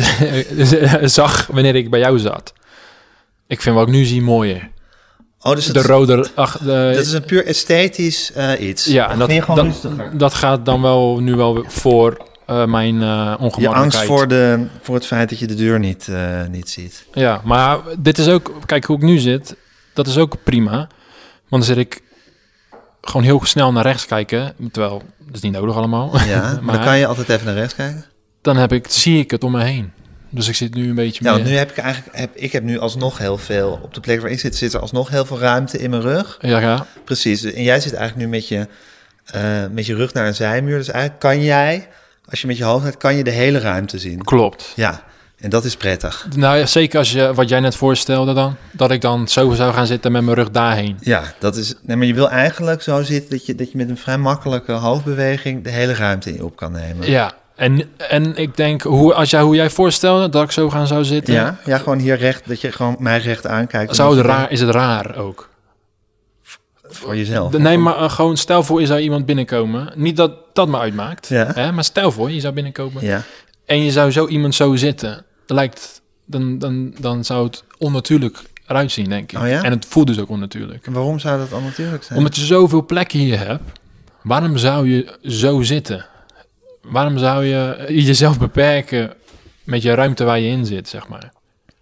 zag wanneer ik bij jou zat. Ik vind wat ik nu zie mooier. Oh, dus de rode... dat is een puur esthetisch iets. Ja, en dat gaat dan wel nu wel voor... mijn ongemakkelijkheid. Je angst voor het feit dat je de deur niet ziet. Ja, maar dit is ook... Kijk, hoe ik nu zit, dat is ook prima. Want dan zit ik gewoon heel snel naar rechts kijken. Terwijl, dat is niet nodig allemaal. Ja, maar dan kan je altijd even naar rechts kijken. Dan zie ik het om me heen. Dus ik zit nu een beetje meer... Ja, nu heb ik eigenlijk... Ik heb nu alsnog heel veel... Op de plek waar ik zit er alsnog heel veel ruimte in mijn rug. Ja. Precies. En jij zit eigenlijk nu met je rug naar een zijmuur. Dus eigenlijk kan jij... Als je met je hoofd gaat, kan je de hele ruimte zien. Klopt. Ja, en dat is prettig. Nou ja, zeker als je, wat jij net voorstelde dan, dat ik dan zo zou gaan zitten met mijn rug daarheen. Ja, dat is... Nee, maar je wil eigenlijk zo zitten dat je met een vrij makkelijke hoofdbeweging de hele ruimte in op kan nemen. Ja, en ik denk, hoe jij voorstelde dat ik zo zou zitten. Ja, gewoon hier recht, dat je gewoon mij recht aankijkt. Is het raar ook? Voor jezelf? Nee, maar gewoon stel voor je zou iemand binnenkomen. Niet dat dat me uitmaakt, hè, maar stel voor je zou binnenkomen en je zou zo iemand zo zitten. Dan zou het onnatuurlijk eruit zien, denk ik. Oh ja? En het voelt dus ook onnatuurlijk. En waarom zou dat onnatuurlijk zijn? Omdat je zoveel plekken hier hebt. Waarom zou je zo zitten? Waarom zou je jezelf beperken met je ruimte waar je in zit, zeg maar?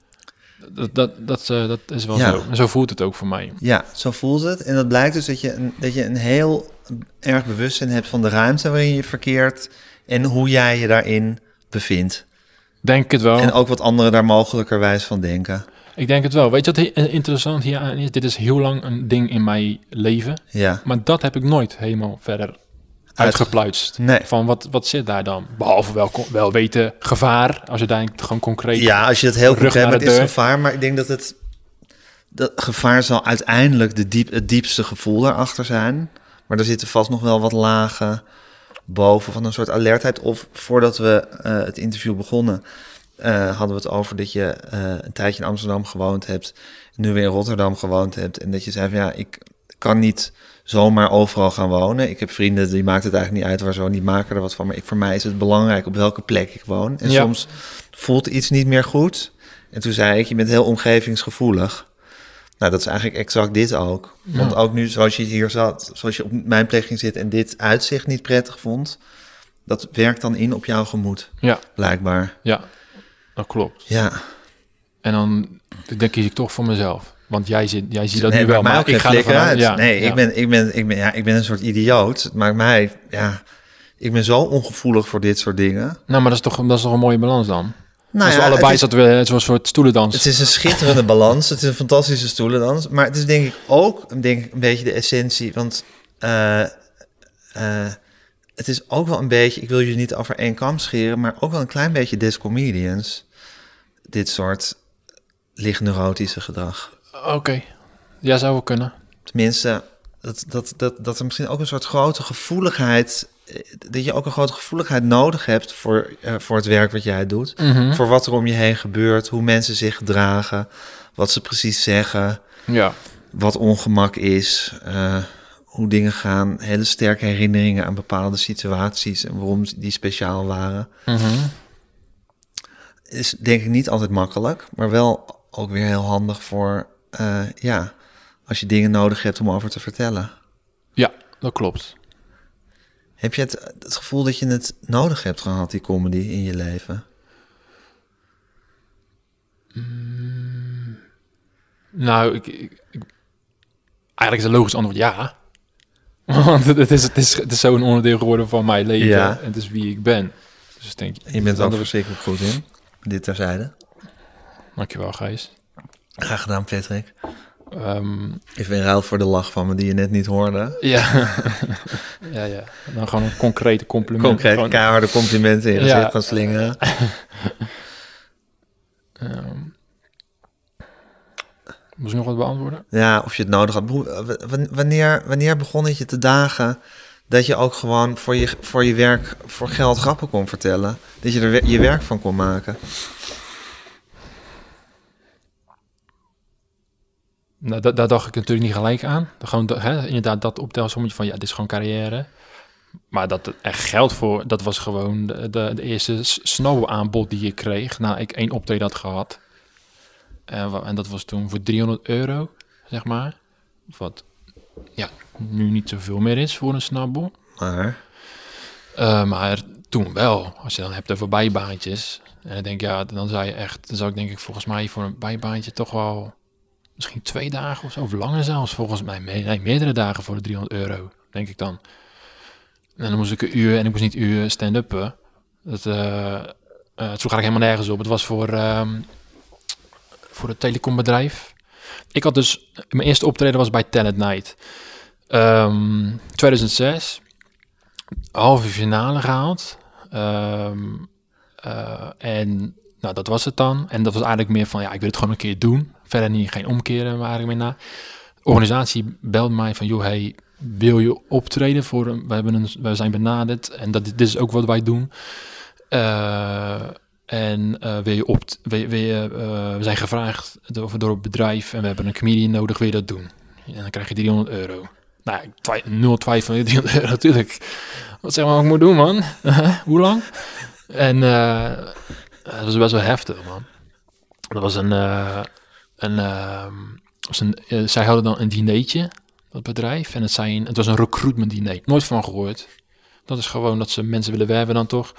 Dat is wel zo. En zo voelt het ook voor mij. Ja, zo voelt het. En dat blijkt dus dat je een heel erg bewustzijn hebt van de ruimte waarin je verkeert en hoe jij je daarin bevindt. Denk het wel. En ook wat anderen daar mogelijkerwijs van denken. Ik denk het wel. Weet je wat interessant hieraan is? Dit is heel lang een ding in mijn leven. Ja. Maar dat heb ik nooit helemaal verder uitgepluist. Nee. Van wat zit daar dan? Behalve wel weten gevaar, als je daar gewoon concreet... Ja, als je het heel goed hebt, het is gevaar. Maar ik denk dat gevaar zal uiteindelijk het diepste gevoel daarachter zijn. Maar er zitten vast nog wel wat lagen boven van een soort alertheid. Of voordat we het interview begonnen, hadden we het over dat je een tijdje in Amsterdam gewoond hebt, nu weer in Rotterdam gewoond hebt. En dat je zei van kan niet zomaar overal gaan wonen. Ik heb vrienden, die maakt het eigenlijk niet uit waar ze wonen, die maken er wat van. Maar voor mij is het belangrijk op welke plek ik woon. En soms voelt iets niet meer goed. En toen zei ik, je bent heel omgevingsgevoelig. Nou, dat is eigenlijk exact dit ook. Ja. Want ook nu, zoals je hier zat, zoals je op mijn plek ging zitten en dit uitzicht niet prettig vond, dat werkt dan in op jouw gemoed, blijkbaar. Ja, dat klopt. Ja. En dan kies ik toch voor mezelf. Want jij ziet dat nu wel, maar ik ga er vanuit. Ik ben een soort idioot. Het maakt mij, ik ben zo ongevoelig voor dit soort dingen. Nou, maar dat is toch een mooie balans dan? Nou als we allebei zaten, het was een soort stoelendans. Het is een schitterende balans. Het is een fantastische stoelendans. Maar het is denk ik ook een beetje de essentie. Want het is ook wel een beetje, ik wil jullie niet over één kam scheren, maar ook wel een klein beetje des comedians. Dit soort lichtneurotische gedrag. Oké. Ja, zou wel kunnen. Tenminste, dat er misschien ook een soort grote gevoeligheid, dat je ook een grote gevoeligheid nodig hebt voor het werk wat jij doet. Mm-hmm. Voor wat er om je heen gebeurt, hoe mensen zich gedragen, wat ze precies zeggen, wat ongemak is, hoe dingen gaan, hele sterke herinneringen aan bepaalde situaties en waarom die speciaal waren. Mm-hmm. Is denk ik niet altijd makkelijk, maar wel ook weer heel handig voor, als je dingen nodig hebt om over te vertellen. Ja, dat klopt. Heb je het gevoel dat je het nodig hebt gehad, die comedy, in je leven? Nou, eigenlijk is het logisch antwoord ja. Want het is zo'n onderdeel geworden van mijn leven. En het is wie ik ben. Dus denk je bent er ook verschrikkelijk goed in, dit terzijde. Dankjewel, Gijs. Graag gedaan, Patrick. Even in ruil voor de lach van me die je net niet hoorde. Ja. ja. Dan gewoon een concrete compliment. Keiharde complimenten in gezicht van slingeren. Moest je nog wat beantwoorden? Ja, of je het nodig had. Wanneer begon het je te dagen dat je ook gewoon voor je werk, voor geld grappen kon vertellen? Dat je er je werk van kon maken? Nou, daar dacht ik natuurlijk niet gelijk aan. Gewoon inderdaad dat optelsommetje van, dit is gewoon carrière. Maar dat echt geld voor, dat was gewoon de eerste snowboardaanbod die je kreeg. Nou, ik 1 optreden had gehad. En dat was toen voor €300, zeg maar. Wat, nu niet zoveel meer is voor een snowboard. Maar toen wel. Als je dan hebt over bijbaantjes. En dan denk ik, dan zou ik denk ik volgens mij voor een bijbaantje toch wel misschien 2 dagen of zo, of langer zelfs, volgens mij. Nee, meerdere dagen voor de €300, denk ik dan. En dan moest ik een uur, en ik moest niet uur stand-uppen. Het sloeg eigenlijk helemaal nergens op. Het was voor het telecombedrijf. Ik had dus, mijn eerste optreden was bij Talent Night. 2006. Halve finale gehaald. En nou, dat was het dan. En dat was eigenlijk meer van, ik wil het gewoon een keer doen. Verder geen omkeren, waar ik mee na. De organisatie belde mij van, joh, hey, wil je optreden voor we zijn benaderd en dit is ook wat wij doen. We zijn gevraagd door het bedrijf en we hebben een comedian nodig, wil je dat doen? En dan krijg je €300. Nou, nul twijfel van €300 natuurlijk. Wat zeg maar wat ik moet doen, man? Hoe lang? En dat was best wel heftig, man. Dat was zij hadden dan een dinertje, dat bedrijf. En het was een recruitment diner. Nooit van gehoord. Dat is gewoon dat ze mensen willen werven dan toch.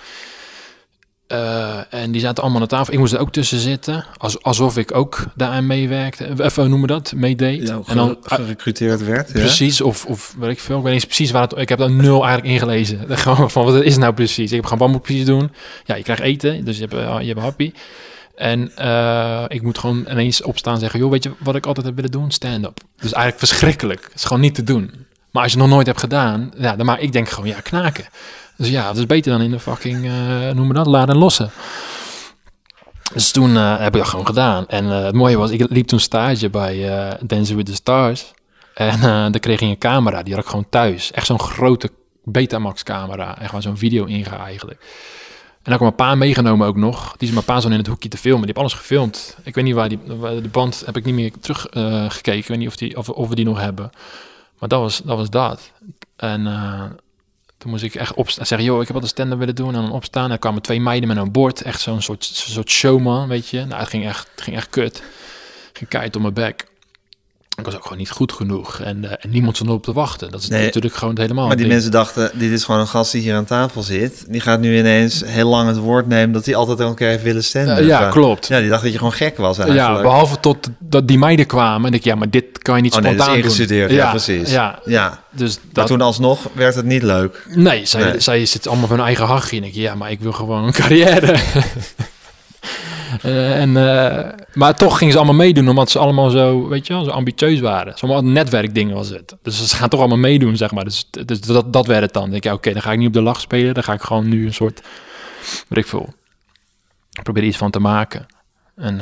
En die zaten allemaal aan tafel. Ik moest er ook tussen zitten. Alsof ik ook daaraan meewerkte. Even noemen dat, meedeed. Ja, en dan gerecruiteerd werd. Precies, of weet ik veel. Ik weet niet precies waar het... Ik heb daar 0 eigenlijk ingelezen. Gewoon van, wat is het nou precies? Ik heb gewoon, wat moet ik precies doen? Ja, je krijgt eten, dus je hebt happy. En ik moet gewoon ineens opstaan en zeggen, joh, weet je wat ik altijd heb willen doen? Stand-up. Dus eigenlijk verschrikkelijk. Het is gewoon niet te doen. Maar als je het nog nooit hebt gedaan, maar ik denk gewoon, knaken. Dus dat is beter dan in de fucking, noem dat, laden en lossen. Dus toen heb ik dat gewoon gedaan. En het mooie was, ik liep toen stage bij Dancing with the Stars. En daar kreeg je een camera, die had ik gewoon thuis. Echt zo'n grote Betamax camera. En gewoon zo'n video inga eigenlijk. En dan kwam mijn pa meegenomen ook nog. Die is mijn pa zo in het hoekje te filmen. Die heeft alles gefilmd. Ik weet niet waar de band heb ik niet meer teruggekeken. Ik weet niet of we die nog hebben. Maar dat was dat. En toen moest ik echt opstaan. Zeggen, joh, ik heb wat een stand-up willen doen. En dan opstaan. En er kwamen 2 meiden met een bord. Echt zo'n soort showman, weet je. Nou, het ging echt kut. Ik ging keihard op mijn bek. Ik was ook gewoon niet goed genoeg. En niemand stond op te wachten. Dat is natuurlijk gewoon het helemaal. Maar die mensen dachten, dit is gewoon een gast die hier aan tafel zit. Die gaat nu ineens heel lang het woord nemen dat hij altijd elke keer heeft willen standen. Ja, klopt. Ja, die dacht dat je gewoon gek was eigenlijk. Ja, behalve tot dat die meiden kwamen. En ik, ja, maar dit kan je niet spontaan doen. Nee, dat is ingestudeerd. Ja, precies. Ja. Dus maar toen alsnog werd het niet leuk. Nee, zij zit allemaal van hun eigen hachje. En ik, ja, maar ik wil gewoon een carrière. Maar toch gingen ze allemaal meedoen, omdat ze allemaal zo, weet je wel, zo ambitieus waren. Het was allemaal een netwerkding was het. Dus ze gaan toch allemaal meedoen, zeg maar. Dus dat werd het dan. Dan denk ik, oké, dan ga ik niet op de lach spelen. Dan ga ik gewoon nu een soort, weet ik veel, probeer iets van te maken. En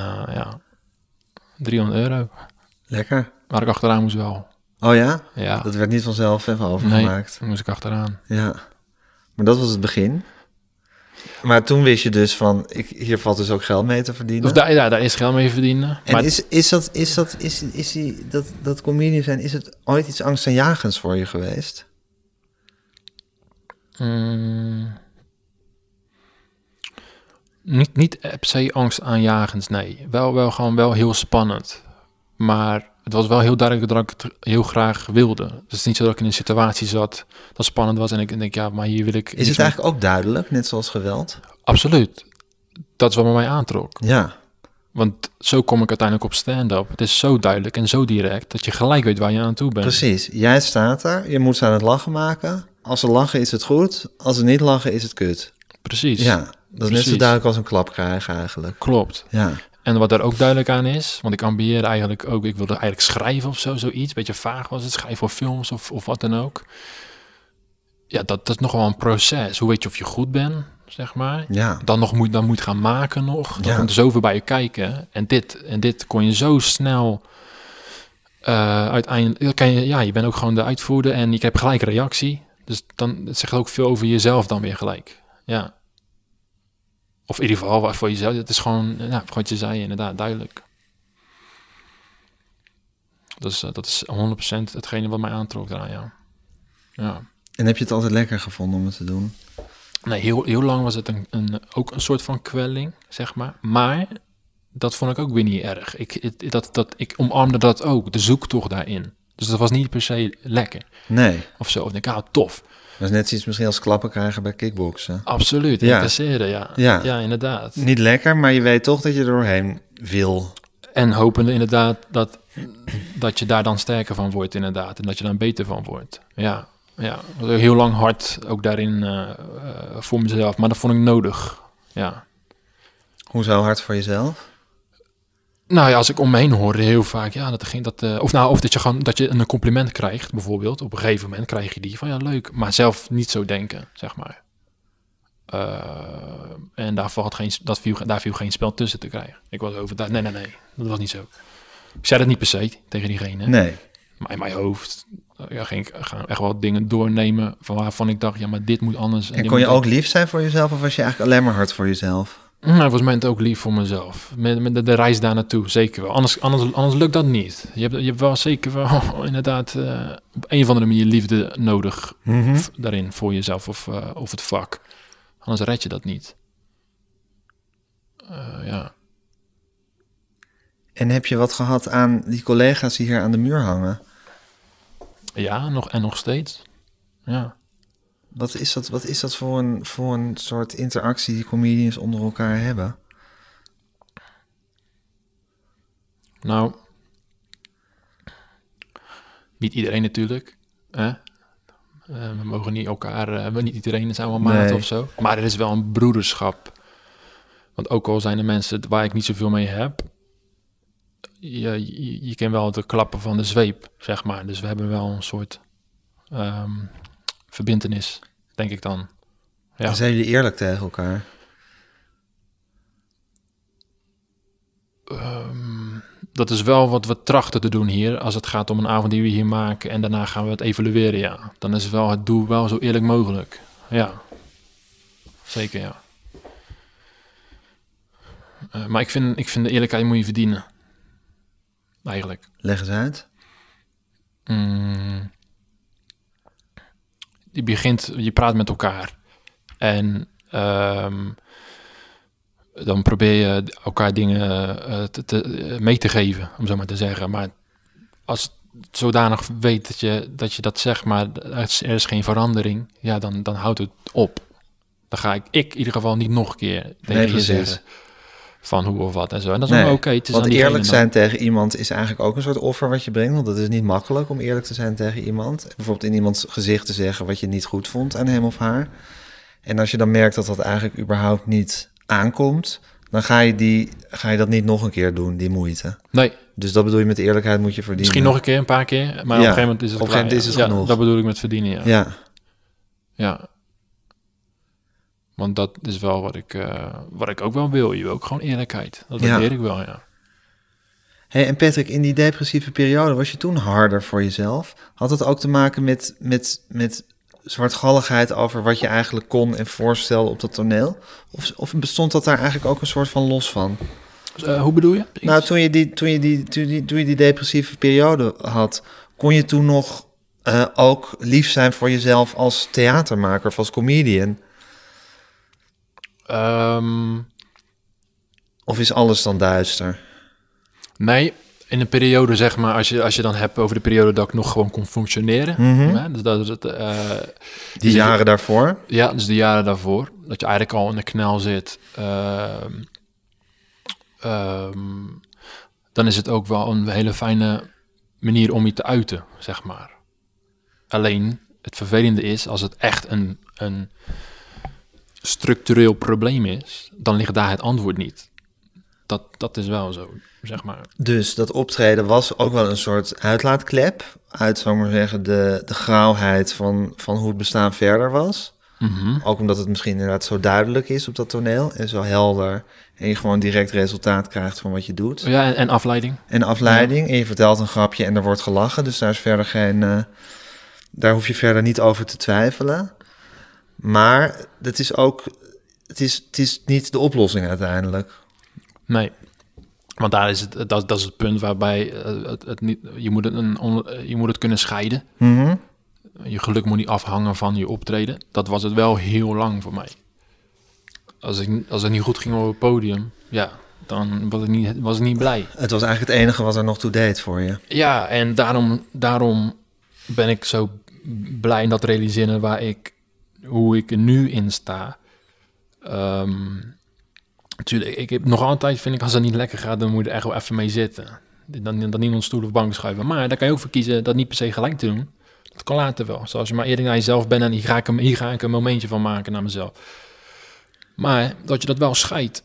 €300. Lekker. Waar ik achteraan moest wel. Oh ja? Ja. Dat werd niet vanzelf even overgemaakt. Nee, daar moest ik achteraan. Ja. Maar dat was het begin. Maar toen wist je dus van, hier valt dus ook geld mee te verdienen. Of daar is geld mee verdienen. En maar dat comedian zijn, is het ooit iets angstaanjagends voor je geweest? Niet per se angstaanjagends, nee. Wel heel spannend. Maar het was wel heel duidelijk dat ik het heel graag wilde. Dus het is niet zo dat ik in een situatie zat dat spannend was en ik denk, ja, maar hier wil ik... Is het eigenlijk ook duidelijk, net zoals geweld? Absoluut. Dat is wat mij aantrok. Ja. Want zo kom ik uiteindelijk op stand-up. Het is zo duidelijk en zo direct dat je gelijk weet waar je aan toe bent. Precies. Jij staat er, je moet ze aan het lachen maken. Als ze lachen is het goed, als ze niet lachen is het kut. Precies. Ja, dat is net zo duidelijk als een klap krijgen eigenlijk. Klopt. Ja. En wat daar ook duidelijk aan is, want ik ambieerde eigenlijk ook, ik wilde eigenlijk schrijven of zoiets, beetje vaag was het, schrijven voor films of wat dan ook. Ja, dat is nog wel een proces. Hoe weet je of je goed bent, zeg maar. Ja. Dan moet gaan maken nog. Dan komt er zoveel bij je kijken. En dit kon je zo snel uiteindelijk... je bent ook gewoon de uitvoerder en je hebt gelijk reactie. Dus dan het zegt ook veel over jezelf dan weer gelijk. Ja. Of in ieder geval voor jezelf. Het is gewoon, wat je zei, inderdaad, duidelijk. Dus dat is 100% hetgene wat mij aantrok eraan, ja. En heb je het altijd lekker gevonden om het te doen? Nee, heel lang was het ook een soort van kwelling, zeg maar. Maar dat vond ik ook weer niet erg. Ik omarmde dat ook, de zoektocht daarin. Dus dat was niet per se lekker. Nee. Of zo. Of denk ik, tof. Dat is net zoiets misschien als klappen krijgen bij kickboksen. Absoluut, interesseren, ja. Ja, inderdaad. Niet lekker, maar je weet toch dat je er doorheen wil. En hopende inderdaad dat je daar dan sterker van wordt, inderdaad. En dat je dan beter van wordt. Ja. Heel lang hard ook daarin voor mezelf. Maar dat vond ik nodig, ja. Hoezo hard voor jezelf? Nou ja, als ik om me heen hoorde heel vaak, of dat je een compliment krijgt, bijvoorbeeld. Op een gegeven moment krijg je die van, ja, leuk. Maar zelf niet zo denken, zeg maar. En daar viel geen spel tussen te krijgen. Ik was over, nee, dat was niet zo. Ik zei dat niet per se tegen diegene. Nee. Maar in mijn hoofd ging ik echt wel dingen doornemen waarvan ik dacht, ja, maar dit moet anders. En kon je ook lief zijn voor jezelf of was je eigenlijk alleen maar hard voor jezelf? Nou, was mij ook lief voor mezelf. Met de reis daar naartoe, zeker wel. Anders lukt dat niet. Je hebt wel zeker wel inderdaad op een of andere manier liefde nodig daarin voor jezelf of het vak. Anders red je dat niet. Ja. En heb je wat gehad aan die collega's die hier aan de muur hangen? Ja, nog steeds. Ja. Wat is dat voor een soort interactie die comedians onder elkaar hebben? Nou, niet iedereen natuurlijk. We mogen niet elkaar, niet iedereen is allemaal maat of zo. Maar er is wel een broederschap. Want ook al zijn er mensen waar ik niet zoveel mee heb, je kent wel de klappen van de zweep, zeg maar. Dus we hebben wel een soort verbintenis, denk ik dan. Ja. Zijn jullie eerlijk tegen elkaar? Dat is wel wat we trachten te doen hier. Als het gaat om een avond die we hier maken en daarna gaan we het evalueren, ja. Dan is wel het doel wel zo eerlijk mogelijk. Ja, zeker, ja. Maar ik vind de eerlijkheid moet je verdienen. Eigenlijk. Leg eens uit. je praat met elkaar. En dan probeer je elkaar dingen mee te geven, om zo maar te zeggen. Maar als het zodanig weet dat je dat zegt, maar er is geen verandering, ja, dan houdt het op. Dan ga ik in ieder geval niet nog een keer tegen je zeggen van hoe of wat en zo. En dat is ook oké. Want eerlijk zijn tegen iemand is eigenlijk ook een soort offer wat je brengt. Want het is niet makkelijk om eerlijk te zijn tegen iemand. Bijvoorbeeld in iemands gezicht te zeggen wat je niet goed vond aan hem of haar. En als je dan merkt dat dat eigenlijk überhaupt niet aankomt, dan ga je dat niet nog een keer doen, die moeite. Nee. Dus dat bedoel je met eerlijkheid moet je verdienen. Misschien nog een keer, een paar keer. Maar op een gegeven moment is het, genoeg. Dat bedoel ik met verdienen, ja. Ja. Want dat is wel wat ik ook wel wil. Je wil ook gewoon eerlijkheid. Dat weet ik wel, ja. Hey, en Patrick, in die depressieve periode was je toen harder voor jezelf? Had het ook te maken met zwartgalligheid over wat je eigenlijk kon en voorstelde op dat toneel? Of bestond dat daar eigenlijk ook een soort van los van? Hoe bedoel je? Nou, toen je die depressieve periode had, kon je toen nog ook lief zijn voor jezelf als theatermaker of als comedian? Of is alles dan duister? Nee, in een periode, zeg maar, als je dan hebt over de periode dat ik nog gewoon kon functioneren. Mm-hmm. Dus dat is het. Die jaren daarvoor? Ja, dus de jaren daarvoor. Dat je eigenlijk al in de knel zit. Dan is het ook wel een hele fijne manier om je te uiten, zeg maar. Alleen, het vervelende is, als het echt een structureel probleem is, dan ligt daar het antwoord niet. Dat is wel zo, zeg maar. Dus dat optreden was ook wel een soort uitlaatklep uit, zou ik maar zeggen, de grauwheid van hoe het bestaan verder was. Mm-hmm. Ook omdat het misschien inderdaad zo duidelijk is op dat toneel en zo helder en je gewoon direct resultaat krijgt van wat je doet. Ja, en afleiding. En afleiding. Ja. En je vertelt een grapje en er wordt gelachen, dus daar is verder daar hoef je verder niet over te twijfelen. Maar het is ook, het is niet de oplossing uiteindelijk. Nee, want daar is dat is het punt waarbij het niet, je moet het kunnen scheiden. Mm-hmm. Je geluk moet niet afhangen van je optreden. Dat was het wel heel lang voor mij. Als het niet goed ging op het podium, ja, dan was ik niet blij. Het was eigenlijk het enige wat er nog toe deed voor je. Ja, en daarom ben ik zo blij in dat realiseren hoe ik er nu in sta. Natuurlijk, ik heb nog altijd, vind ik, als het niet lekker gaat, dan moet je er echt wel even mee zitten. Dan niet onder stoel of bank schuiven. Maar daar kan je ook voor kiezen dat niet per se gelijk te doen. Dat kan later wel. Zoals je maar eerder naar jezelf bent en hier ga ik een momentje van maken naar mezelf. Maar dat je dat wel scheidt.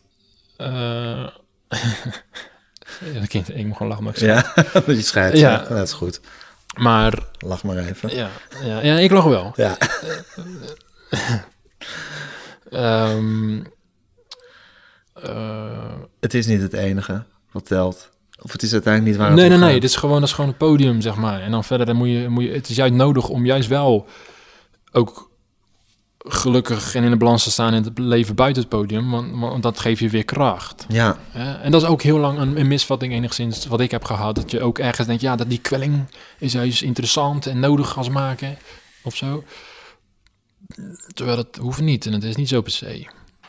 Ik moet gewoon lachen, maar ik ja, dat je scheidt. Ja, dat is goed. Maar lach maar even. Ja, ik lach wel. Ja. Het is niet het enige wat telt. Of het is uiteindelijk niet waar het Nee. Dat is gewoon het podium, zeg maar. En dan verder, dan moet je, het is juist nodig om juist wel ook gelukkig en in de balans te staan in het leven buiten het podium. Want dat geeft je weer kracht. Ja. En dat is ook heel lang een misvatting enigszins wat ik heb gehad. Dat je ook ergens denkt, ja, dat die kwelling is juist interessant en nodig als maken of zo. Terwijl dat hoeft niet en het is niet zo per se.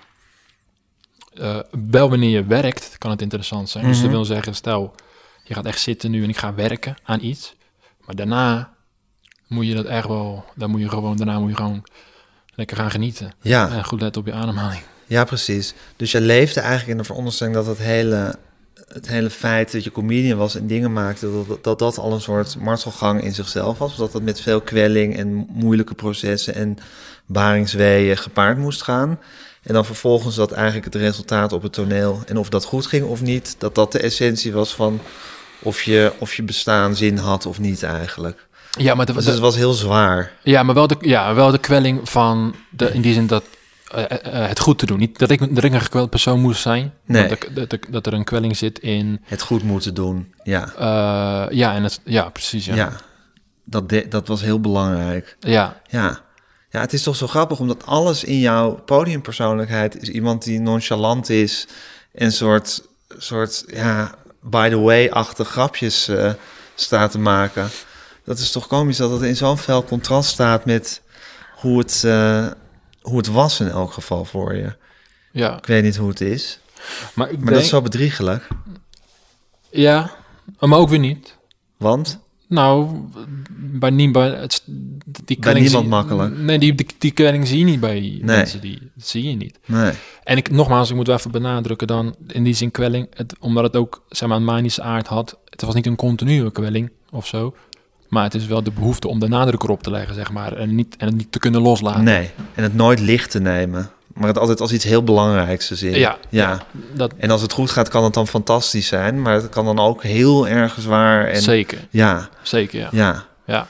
Wel wanneer je werkt, kan het interessant zijn. Mm-hmm. Dus dat wil zeggen, stel, je gaat echt zitten nu en ik ga werken aan iets. Maar daarna moet je dat echt wel, daarna moet je gewoon lekker gaan genieten. Ja. En goed letten op je ademhaling. Ja, precies. Dus je leefde eigenlijk in de veronderstelling dat het hele feit dat je comedian was en dingen maakte, dat al een soort martelgang in zichzelf was. Dat met veel kwelling en moeilijke processen en baringsweeën gepaard moest gaan. En dan vervolgens dat eigenlijk het resultaat op het toneel, en of dat goed ging of niet, dat de essentie was van of je bestaan zin had of niet eigenlijk. Ja, maar dus het was heel zwaar. Ja, maar wel de kwelling van in die zin dat het goed te doen. Niet dat ik een gekweld persoon moest zijn. Nee. Dat er een kwelling zit in het goed moeten doen. Ja. Precies. Ja. Dat was heel belangrijk. Ja. Ja, het is toch zo grappig, omdat alles in jouw podiumpersoonlijkheid is iemand die nonchalant is en soort by the way-achtig grapjes staat te maken. Dat is toch komisch dat het in zo'n fel contrast staat met hoe het was in elk geval voor je. Ja. Ik weet niet hoe het is. Maar Dat is zo bedriegelijk. Ja, maar ook weer niet. Want? Nou, bij niemand makkelijk. Nee, die kwelling zie je niet bij mensen. Dat zie je niet. Nee. En ik moet wel even benadrukken dan, in die zin kwelling, omdat het ook, zeg maar, een manische aard had. Het was niet een continue kwelling of zo. Maar het is wel de behoefte om de nadruk erop te leggen, zeg maar. En het niet te kunnen loslaten. Nee, en het nooit licht te nemen. Maar het altijd als iets heel belangrijks te zien. Ja. En als het goed gaat, kan het dan fantastisch zijn. Maar het kan dan ook heel erg zwaar. En... Zeker. Ja. Zeker, ja.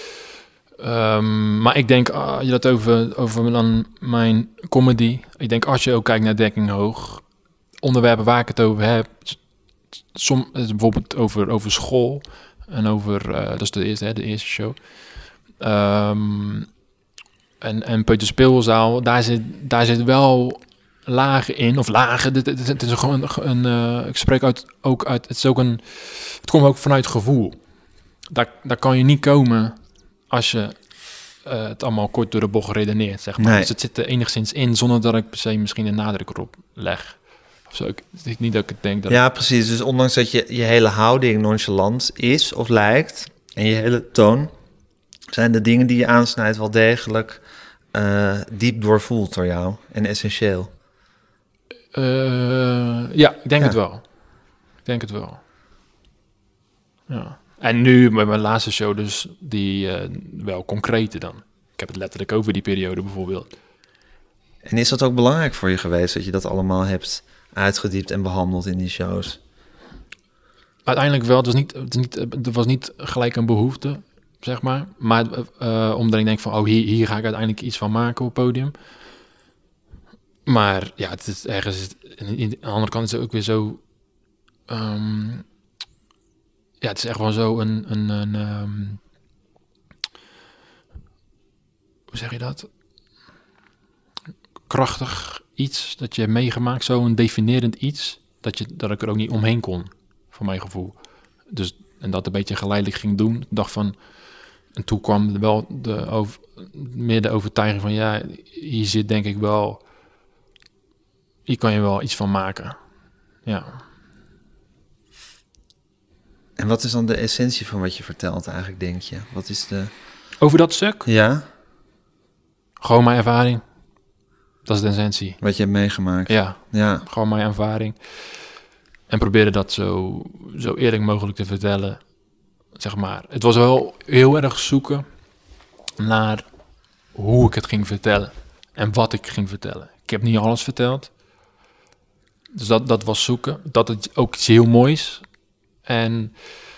Maar ik denk, je dat over dan mijn comedy. Ik denk, als je ook kijkt naar Dekking Hoog, onderwerpen waar ik het over heb, bijvoorbeeld over school en over, dat is de eerste show. En Peuterspeelzaal, daar zit wel lagen in, of lagen. Het is gewoon een ik spreek ook uit. Het komt ook vanuit gevoel. Daar kan je niet komen als je het allemaal kort door de bocht redeneert, zeg maar. Nee. Dus het zit er enigszins in, zonder dat ik per se misschien een nadruk erop leg. Of zo. Niet dat ik het denk dat. Ja, precies. Dus ondanks dat je hele houding nonchalant is of lijkt, en je hele toon, zijn de dingen die je aansnijdt wel degelijk diep doorvoeld door jou en essentieel. Ja, ik denk het wel. Ja. En nu met mijn laatste show dus die wel concrete dan. Ik heb het letterlijk over die periode bijvoorbeeld. En is dat ook belangrijk voor je geweest, dat je dat allemaal hebt uitgediept en behandeld in die shows? Uiteindelijk wel. Het was niet gelijk een behoefte, zeg maar. Maar omdat ik denk van, hier ga ik uiteindelijk iets van maken op het podium. Maar ja, het is ergens... Aan de andere kant is het ook weer zo... ja, het is echt wel zo een hoe zeg je dat? Krachtig iets dat je hebt meegemaakt. Zo'n definerend iets dat ik er ook niet omheen kon, voor mijn gevoel. Dus, en dat een beetje geleidelijk ging doen. Ik dacht van... En toen kwam wel meer de overtuiging van... Ja, hier zit denk ik wel... Hier kan je wel iets van maken. Ja. En wat is dan de essentie van wat je vertelt eigenlijk, denk je? Wat is de... Over dat stuk? Ja? Gewoon mijn ervaring. Dat is de essentie. Wat je hebt meegemaakt? Ja. Gewoon mijn ervaring. En proberen dat zo eerlijk mogelijk te vertellen. Zeg maar. Het was wel heel erg zoeken naar hoe ik het ging vertellen. En wat ik ging vertellen. Ik heb niet alles verteld. Dus dat was zoeken. Dat het ook iets heel moois. En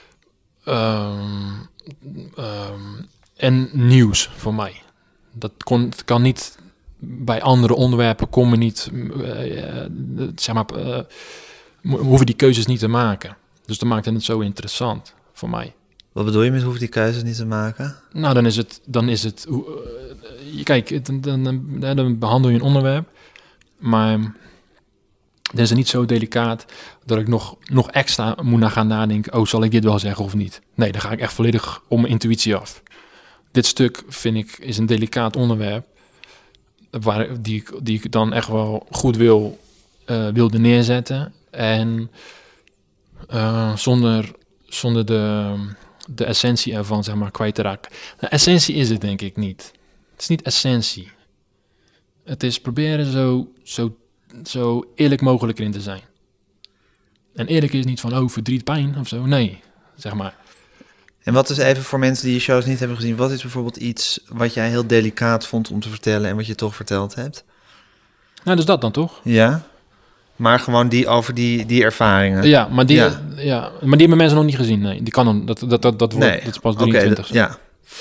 nieuws voor mij. Het kan niet... Bij andere onderwerpen komen niet... zeg maar... we hoeven die keuzes niet te maken. Dus dat maakt het zo interessant voor mij. Wat bedoel je met hoeven die keuzes niet te maken? Nou, dan is het kijk, dan behandel je een onderwerp, maar dan is het niet zo delicaat dat ik nog extra moet gaan nadenken. Zal ik dit wel zeggen of niet? Nee, dan ga ik echt volledig om mijn intuïtie af. Dit stuk, vind ik, is een delicaat onderwerp die ik dan echt wel goed wilde neerzetten. En zonder de essentie ervan, zeg maar, kwijt te raken. De essentie is het, denk ik, niet. Het is niet essentie. Het is proberen zo eerlijk mogelijk erin te zijn. En eerlijk is niet van, verdriet, pijn of zo. Nee, zeg maar. En wat is even voor mensen die je shows niet hebben gezien... wat is bijvoorbeeld iets wat jij heel delicaat vond om te vertellen... en wat je toch verteld hebt? Nou, dus dat dan toch? Ja, maar gewoon over die ervaringen. Ja, maar die hebben mensen nog niet gezien. Nee, die kan dan, dat is pas 23. Ja.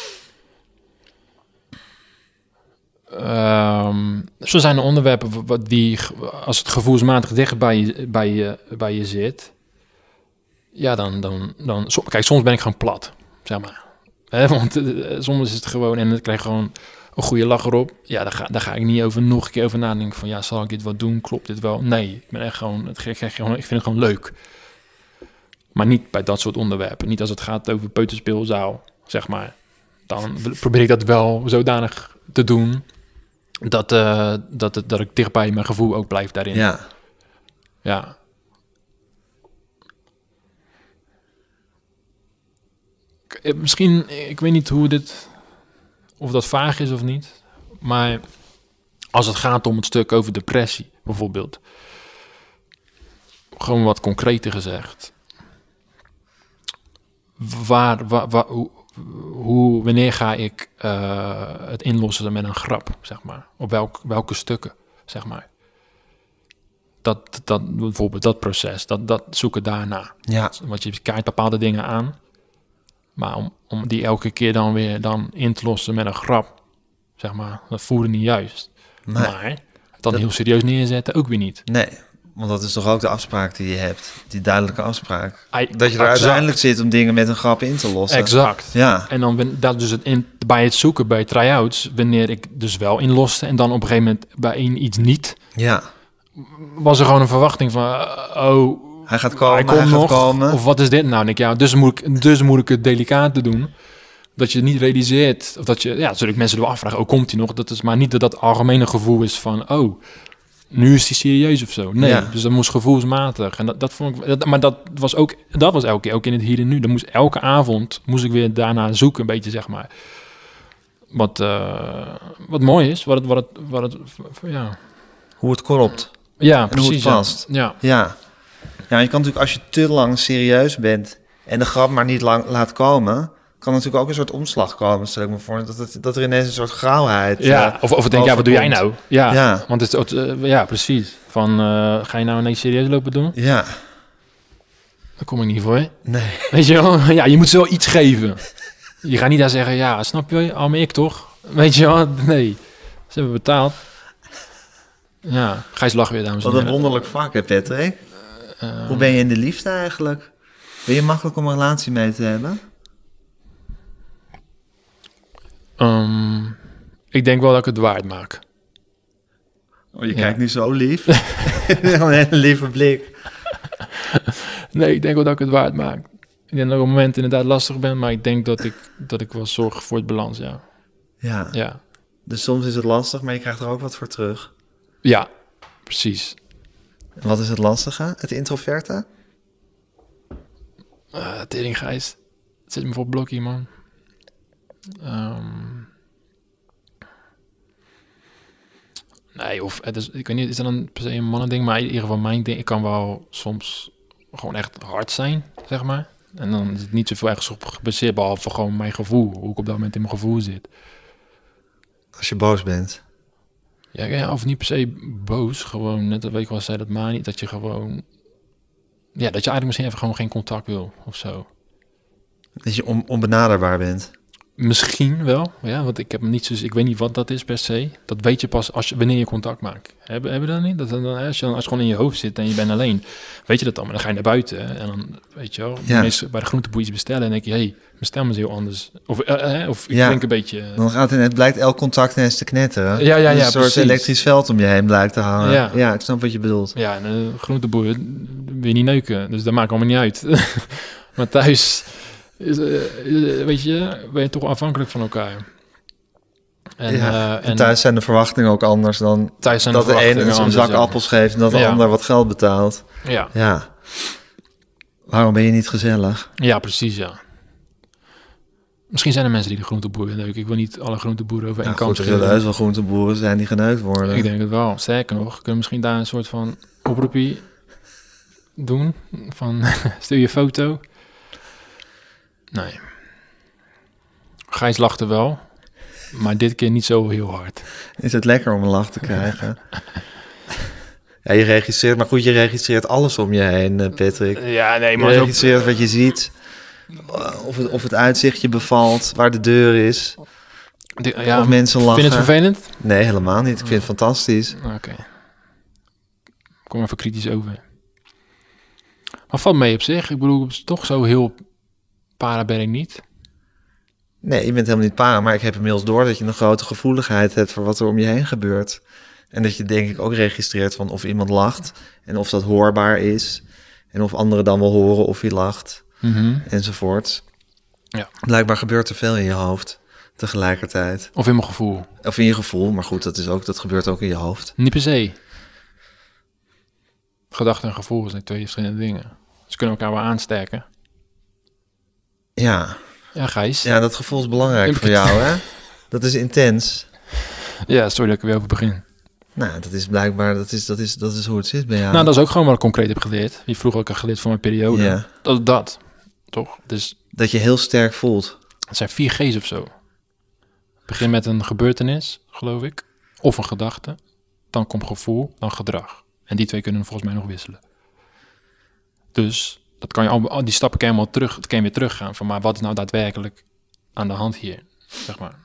Zo zijn er onderwerpen die, als het gevoelsmatig dicht bij je zit... Ja, dan kijk, soms ben ik gewoon plat, zeg maar. Want soms is het gewoon... En dan krijg je gewoon een goede lach erop. Ja, daar ga ik niet nog een keer over nadenken van... Ja, zal ik dit wel doen? Klopt dit wel? Nee, ik ben echt gewoon... Ik vind het gewoon leuk. Maar niet bij dat soort onderwerpen. Niet als het gaat over peuterspeelzaal, zeg maar. dan probeer ik dat wel zodanig te doen dat ik dicht bij mijn gevoel ook blijf daarin. Ja. Ja. Misschien, ik weet niet of dat vaag is of niet, maar als het gaat om het stuk over depressie, bijvoorbeeld, gewoon wat concreter gezegd, wanneer ga ik het inlossen met een grap, zeg maar, op welke stukken, zeg maar. Dat bijvoorbeeld dat proces, dat zoeken daarna. Ja. Want je kijkt bepaalde dingen aan. Maar om die elke keer dan weer in te lossen met een grap, zeg maar, dat voelde niet juist. Nee. Maar dan heel serieus neerzetten ook weer niet. Nee, want dat is toch ook de afspraak die je hebt. Die duidelijke afspraak. Dat je er Exact. uiteindelijk zit om dingen met een grap in te lossen. Exact. Ja. En dan dat dus bij het zoeken, bij try-outs, wanneer ik dus wel inloste en dan op een gegeven moment bij iets niet, Ja. was er gewoon een verwachting van, Hij gaat komen, hij komt gaat nog, komen. of wat is dit nou? En ik, ja, dus moet ik het delicaat doen. Dat je niet realiseert, of dat je, ja, zullen mensen er wel afvragen, komt hij nog? Dat is maar niet dat algemene gevoel is van, nu is hij serieus of zo. Nee, Ja. dus dat moest gevoelsmatig. En dat vond ik, maar dat was elke keer, ook in het hier en nu. Dan moest elke avond, ik weer daarna zoeken, een beetje, zeg maar. Wat mooi is, ja. Hoe het klopt. Ja, En precies. hoe het past. Ja. Ja. Ja, je kan natuurlijk, als je te lang serieus bent en de grap maar niet lang laat komen, kan natuurlijk ook een soort omslag komen, stel ik me voor. Dat er ineens een soort grauwheid. Ja, of denk, wat doe jij nou? Ja, Ja. Want het is, ja, precies. Van, ga je nou ineens serieus lopen doen? Ja. Daar kom ik niet voor, hè? Nee. Weet je wel? Ja, je moet ze wel iets geven. Je gaat niet daar zeggen, ja, snap je? Al maar ik toch? Weet je wel? Nee. Ze hebben betaald. Ja, Gijs lacht weer, dames en Wat een heren. wonderlijk vak, hè, Patrick? Hoe ben je in de liefde eigenlijk? Ben je makkelijk om een relatie mee te hebben? Ik denk wel dat ik het waard maak. Oh, je kijkt nu zo lief. Een hele lieve blik. Nee, ik denk wel dat ik het waard maak. Ik denk dat ik op het moment inderdaad lastig ben, maar ik denk dat ik wel zorg voor het balans, ja. Ja. Ja, Dus soms is het lastig, maar je krijgt er ook wat voor terug. ja, precies. En wat is het lastige? Het introverte? Tering Gijs. Het zit me voor blokkie, man. Nee, of het is, ik weet niet, is dat een per se een mannending, maar in ieder geval mijn ding. Ik kan wel soms gewoon echt hard zijn, zeg maar. En dan is het niet zoveel ergens op gebaseerd, behalve gewoon mijn gevoel, hoe ik op dat moment in mijn gevoel zit. Als je boos bent. Ja, of niet per se boos, gewoon net, weet ik wel, zei dat maar niet, dat je gewoon, ja, dat je eigenlijk misschien even gewoon geen contact wil, of zo. Dat je onbenaderbaar bent. Misschien wel, ja, want ik heb niet zo, ik weet niet wat dat is per se. Dat weet je pas wanneer je contact maakt. Hebben we dat niet? Dat dan, als je gewoon in je hoofd zit en je bent alleen, weet je dat dan? Maar dan ga je naar buiten en dan, weet je wel, Ja. meestal bij de groenteboer bestellen en denk je, hey, mijn stem is heel anders. Of ik Ja. klink een beetje. Dan gaat het blijkt elk contact ineens te knetteren. Ja, Dus een soort precies. elektrisch veld om je heen blijkt te hangen. Ja. Ja, ik snap wat je bedoelt. Ja, en de groenteboer wil je niet neuken, dus dat maakt allemaal niet uit. Maar thuis, weet je, ben je toch afhankelijk van elkaar. En, Ja. En thuis zijn de verwachtingen ook anders dan thuis zijn dat de een verwachtingen een anders, zak ja. appels geeft en dat de Ja. ander wat geld betaalt. Ja. Ja. Waarom ben je niet gezellig? Ja, precies, ja. Misschien zijn er mensen die de groenteboer neuken. Ik wil niet alle groenteboeren over één Ja, kant goed, er zullen scheren. heus wel groenteboeren zijn die geneukt worden. Ik denk het wel. Sterker nog, kunnen we misschien daar een soort van oproepje doen? Van, stuur je foto. Nee. Gijs lachte wel, maar dit keer niet zo heel hard. Is het lekker om een lach te krijgen? Ja, je registreert, maar goed, je registreert alles om je heen, Patrick. Ja, nee, Je registreert wat je ziet, of het uitzicht je bevalt, waar de deur is, ja, of mensen lachen. vind je het vervelend? Nee, helemaal niet. Ik vind het fantastisch. Oké. Kom even kritisch over. Maar valt mee op zich. Ik bedoel, toch zo heel para ben ik niet. Nee, je bent helemaal niet para, maar ik heb inmiddels door dat je een grote gevoeligheid hebt voor wat er om je heen gebeurt. En dat je denk ik ook registreert van of iemand lacht en of dat hoorbaar is. En of anderen dan wel horen of hij lacht, enzovoort. Ja. Blijkbaar gebeurt er veel in je hoofd. tegelijkertijd. Of in mijn gevoel. Of in je gevoel, maar goed, dat gebeurt ook in je hoofd. Niet per se. Gedachte en gevoel zijn 2 verschillende dingen. Ze kunnen elkaar wel aansterken. Ja. Ja, Gijs. Ja, dat gevoel is belangrijk voor jou, hè? Dat is intens. Ja, sorry dat ik er weer over begin. Nou, dat is blijkbaar, dat is hoe het zit bij jou. Nou, dat is ook gewoon wat ik concreet heb geleerd. Je vroeg ook een geleerd voor mijn periode. Ja. Dat, toch? Dus Dat je heel sterk voelt. het zijn 4 G's of zo. Begin met een gebeurtenis, geloof ik. Of een gedachte. Dan komt gevoel, dan gedrag. En die 2 kunnen volgens mij nog wisselen. Dus dat kan je al die stappen kan je helemaal terug, het kan je weer teruggaan van, maar wat is nou daadwerkelijk aan de hand hier, zeg maar.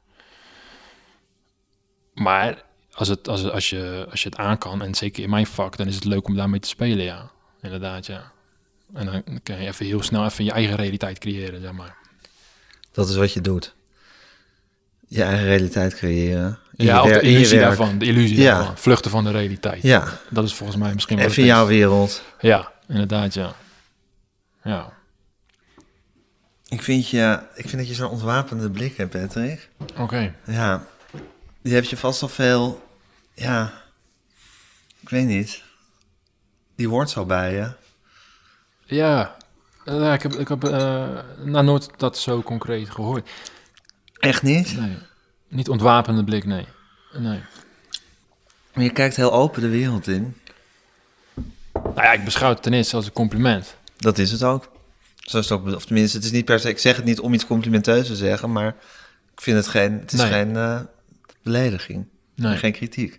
Maar als je het aan kan, en zeker in mijn vak, dan is het leuk om daarmee te spelen, ja. Inderdaad, ja. En dan kan je even heel snel je eigen realiteit creëren, zeg maar. Dat is wat je doet. Je eigen realiteit creëren. Ja, of de illusie daarvan. De illusie Ja. daarvan. Vluchten van de realiteit. Ja. Dat is volgens mij misschien wel Even in jouw wereld. Ja, inderdaad, ja. Ja. Ik vind dat je zo'n ontwapende blik hebt, Patrick. Oké. Ja. Die heb je vast al veel... Ja. Ik weet niet. Die hoort zo bij je. Ja. Ik heb nooit dat zo concreet gehoord. Echt niet? Nee. Niet ontwapende blik, nee. Nee. Maar je kijkt heel open de wereld in. Nou ja, ik beschouw het ten eerste als een compliment. Dat is het ook. Zo is het ook. Of tenminste, het is niet per se... Ik zeg het niet om iets complimenteus te zeggen, maar ik vind het geen... Het is Nee. geen belediging. Nee. Geen kritiek.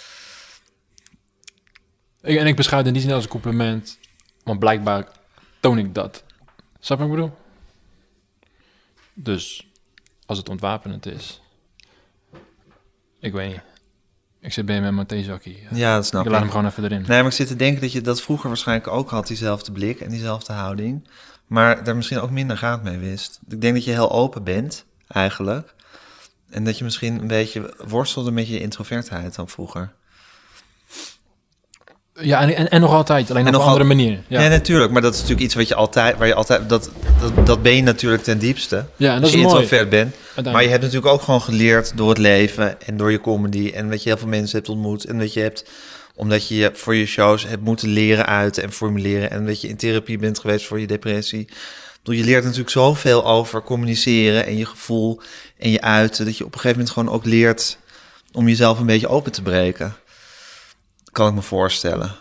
En ik beschouw het in die zin als een compliment, want blijkbaar toon ik dat. Snap je wat ik bedoel? Dus, als het ontwapenend is... Ik weet niet. Ik zit bij met mijn theezakkie. Ja, dat snap Ik ik. laat hem gewoon even erin. Nee, maar ik zit te denken dat je dat vroeger waarschijnlijk ook had, diezelfde blik en diezelfde houding. Maar daar misschien ook minder gaat mee wist. Ik denk dat je heel open bent, eigenlijk. En dat je misschien een beetje worstelde met je introvertheid dan vroeger. Ja, en nog altijd, alleen En op een nog andere manier. Ja, natuurlijk. Maar dat is natuurlijk iets wat je altijd, waar je altijd, dat ben je natuurlijk ten diepste. Ja, en dat als je is mooi. introvert bent. Uiteindelijk. Maar je hebt natuurlijk ook gewoon geleerd door het leven en door je comedy. En dat je heel veel mensen hebt ontmoet. En dat je hebt, omdat je voor je shows hebt moeten leren uiten en formuleren. En dat je in therapie bent geweest voor je depressie. Ik bedoel, je leert natuurlijk zoveel over communiceren en je gevoel en je uiten. Dat je op een gegeven moment gewoon ook leert om jezelf een beetje open te breken. Kan ik me voorstellen.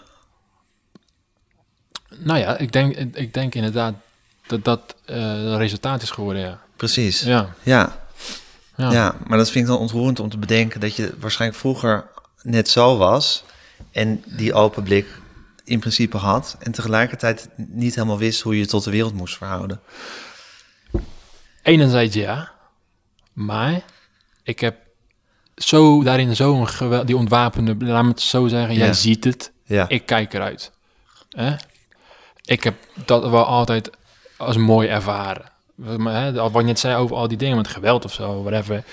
Nou ja, ik denk inderdaad dat het resultaat is geworden, ja. Precies. Ja. Ja, maar dat vind ik dan ontroerend om te bedenken dat je waarschijnlijk vroeger net zo was en die open blik in principe had en tegelijkertijd niet helemaal wist hoe je je tot de wereld moest verhouden. Enerzijds ja, maar ik heb daarin zo'n geweld, die ontwapende, laat me het zo zeggen, jij Ja. ziet het, Ja. ik kijk eruit. Ik heb dat wel altijd als mooi ervaren. Wat je net zei over al die dingen met geweld of zo, whatever.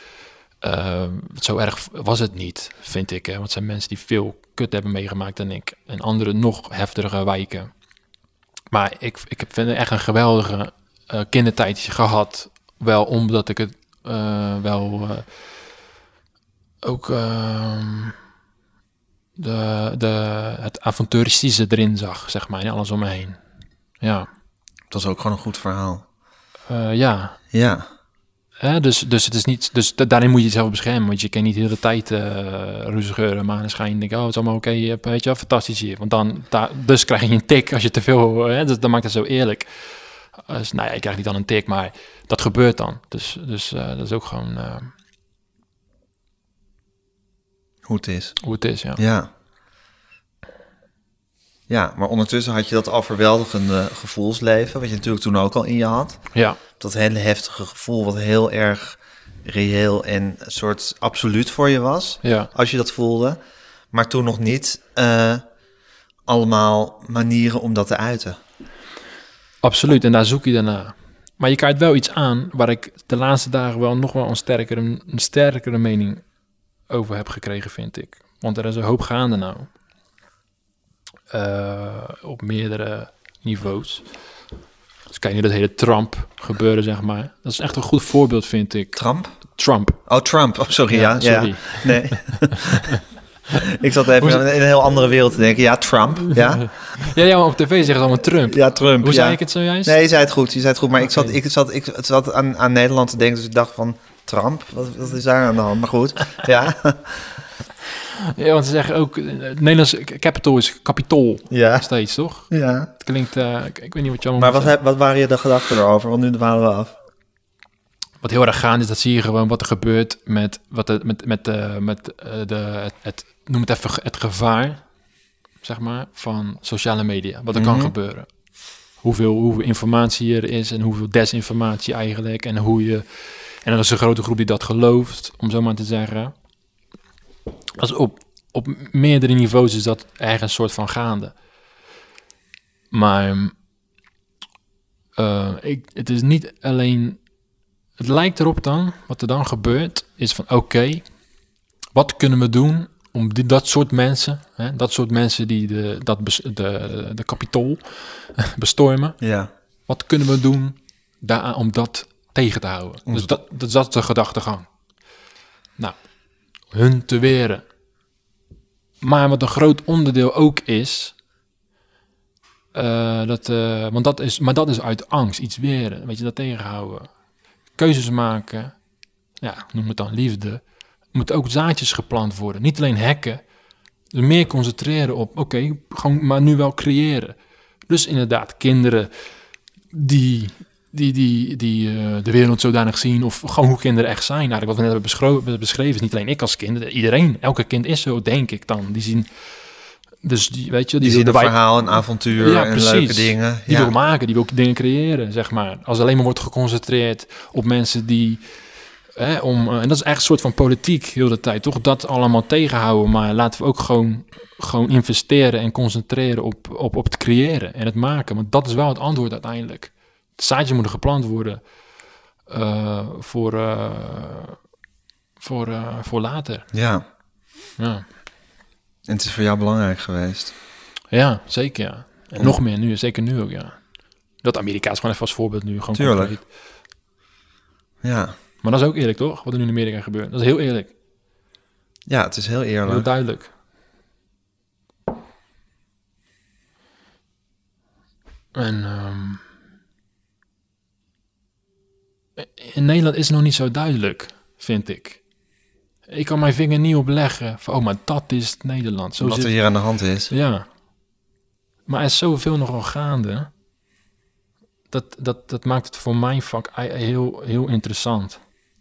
Zo erg was het niet, vind ik. Want het zijn mensen die veel kut hebben meegemaakt dan ik. En anderen nog heftiger wijken. Maar ik vind het echt een geweldige kindertijdje gehad. Wel omdat ik het ook het avonturistische erin zag, zeg maar. En alles om me heen. Ja. Dat was ook gewoon een goed verhaal. Ja. Ja. Dus het is niet, dus daarin moet je jezelf beschermen, want je kan niet de hele tijd ruziggeuren, maneschijn en denken, oh, het is allemaal oké, weet je wel, fantastisch hier. Want dus krijg je een tik als je te veel, dus dat maakt het zo eerlijk. Dus, nou ja, ik krijg niet dan een tik, maar dat gebeurt dan. Dus dat is ook gewoon Hoe het is. hoe het is, ja. Ja. Ja, maar ondertussen had je dat overweldigende gevoelsleven, wat je natuurlijk toen ook al in je had. Ja, Dat hele heftige gevoel wat heel erg reëel en een soort absoluut voor je was. ja. Als je dat voelde. Maar toen nog niet allemaal manieren om dat te uiten. Absoluut, en daar zoek je daarna. Maar je kaart wel iets aan waar ik de laatste dagen wel nog wel een sterkere mening over heb gekregen, vind ik. Want er is een hoop gaande nou. Op meerdere niveaus. Dus kijk, nu dat hele Trump gebeuren, zeg maar. Dat is echt een goed voorbeeld, vind ik. Trump? Trump. Oh, Trump. Oh, sorry. Ja, sorry. Ja. Nee. Ik zat even in een heel andere wereld te denken. Ja, Trump. Ja, Ja, maar op tv zeggen ze allemaal Trump. ja Trump. Hoe ja. zei ik het zojuist? Nee, je zei het goed. Maar Oké. ik zat aan Nederland te denken. Dus ik dacht van, Trump? Wat is daar aan de hand? Maar goed, ja. Ja, want ze zeggen ook, het Nederlandse capital is kapitool. Ja. Steeds, toch? Ja. Het klinkt, ik weet niet wat je allemaal Maar moet zeggen. wat waren je de gedachten erover? Want nu dwalen we af. Wat heel erg gaande is, dat zie je gewoon wat er gebeurt met noem het even het gevaar, zeg maar, van sociale media. Wat er kan gebeuren. Hoeveel informatie er is en hoeveel desinformatie eigenlijk. En en er is een grote groep die dat gelooft, om zo maar te zeggen. Als op meerdere niveaus is dat eigenlijk een soort van gaande. Maar het is niet alleen... Het lijkt erop dan, wat er dan gebeurt, is van oké, wat kunnen we doen om dat soort mensen, die de kapitool bestormen, Ja. wat kunnen we doen om dat tegen te houden? Dus dat is de gedachtegang. Nou, hun te weren. Maar wat een groot onderdeel ook is, dat is uit angst, iets weren, weet je, dat tegenhouden. Keuzes maken, ja, noem het dan liefde. Er moeten ook zaadjes geplant worden. Niet alleen hacken, dus meer concentreren op, oké, gewoon maar nu wel creëren. Dus inderdaad, kinderen die de wereld zodanig zien, of gewoon hoe kinderen echt zijn. Eigenlijk wat we net hebben beschreven, is niet alleen ik als kind, iedereen, elke kind is zo, denk ik dan. Die zien, dus weet je, Die zien een verhaal, een avontuur en precies. leuke dingen. Die wil maken, die wil dingen creëren, zeg maar. Als alleen maar wordt geconcentreerd op mensen die... en dat is echt een soort van politiek heel de tijd, toch? Dat allemaal tegenhouden, maar laten we ook gewoon investeren en concentreren op het creëren en het maken. Want dat is wel het antwoord uiteindelijk. De zaadjes moeten geplant worden voor later. Ja. Ja. En het is voor jou belangrijk geweest. Ja, zeker, ja. En nog meer nu, zeker nu ook, ja. Dat Amerika is gewoon even als voorbeeld nu. Gewoon Tuurlijk. concreet. Ja. Maar dat is ook eerlijk, toch? Wat er nu in Amerika gebeurt. Dat is heel eerlijk. Ja, het is heel eerlijk. Heel duidelijk. En in Nederland is het nog niet zo duidelijk, vind ik. Ik kan mijn vinger niet op leggen van, maar dat is het Nederland. Zo Wat er hier aan de hand is. Ja. Maar er is zoveel nogal gaande. Dat maakt het voor mijn vak heel, heel interessant.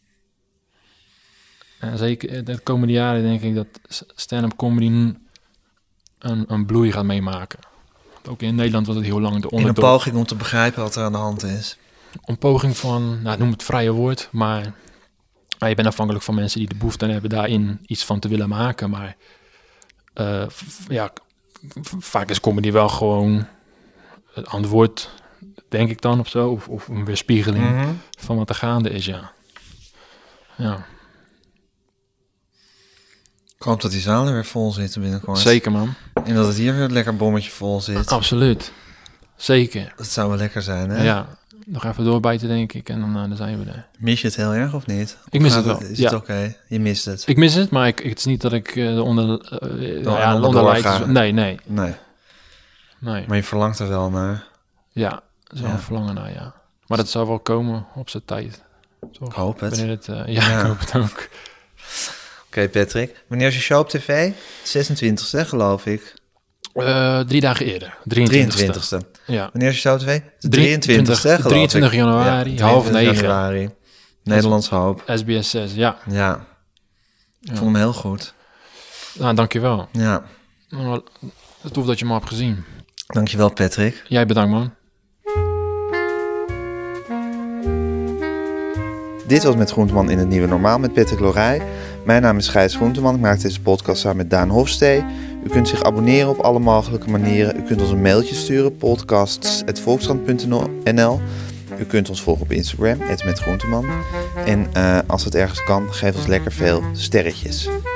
En zeker de komende jaren denk ik dat stand-up comedy een bloei gaat meemaken. Ook in Nederland was het heel lang de In onderdog. een poging om te begrijpen wat er aan de hand is. Een poging van, noem het vrije woord, maar je bent afhankelijk van mensen die de behoefte hebben daarin iets van te willen maken. Maar vaak is comedy wel gewoon het antwoord, denk ik dan, of zo. Of een weerspiegeling van wat er gaande is, ja. Ja. Ik hoop dat die zalen weer vol zitten binnenkort. Zeker, man. En dat het hier weer een lekker bommetje vol zit. Absoluut. Zeker. Dat zou wel lekker zijn, hè? Ja. Nog even doorbijten, denk ik. En dan zijn we er. Mis je het heel erg of niet? Ik mis Of het gaat wel, Is ja. het oké? Je mist het? Ik mis het, maar het is niet dat ik onderdoor onderlijdt. ga. Nee. Nee. Maar je verlangt er wel naar. ja, er is wel een verlangen naar, ja. Maar dat zal wel komen op zijn tijd. Toch? Ik hoop het. Wanneer het Ja. ik hoop het ook. Oké, Patrick. Wanneer is je show op tv? 26e, geloof ik. 3 dagen eerder. 23e. Ja. Wanneer is je show op tv? 23e, geloof ik. 23 januari, Ja, half 23 9. januari. Nederlands Hoop. SBS 6, ja. Ja. Ik vond hem heel goed. Nou, dankjewel. Ja. Nou, tof dat je me hebt gezien. Dankjewel, Patrick. Jij bedankt, man. Dit was Met Groenteman in het Nieuwe Normaal met Patrick Lorij. Mijn naam is Gijs Groenteman. Ik maak deze podcast samen met Daan Hofstee. U kunt zich abonneren op alle mogelijke manieren. U kunt ons een mailtje sturen, podcasts@volkskrant.nl. U kunt ons volgen op Instagram, @metgroenteman. En als het ergens kan, geef ons lekker veel sterretjes.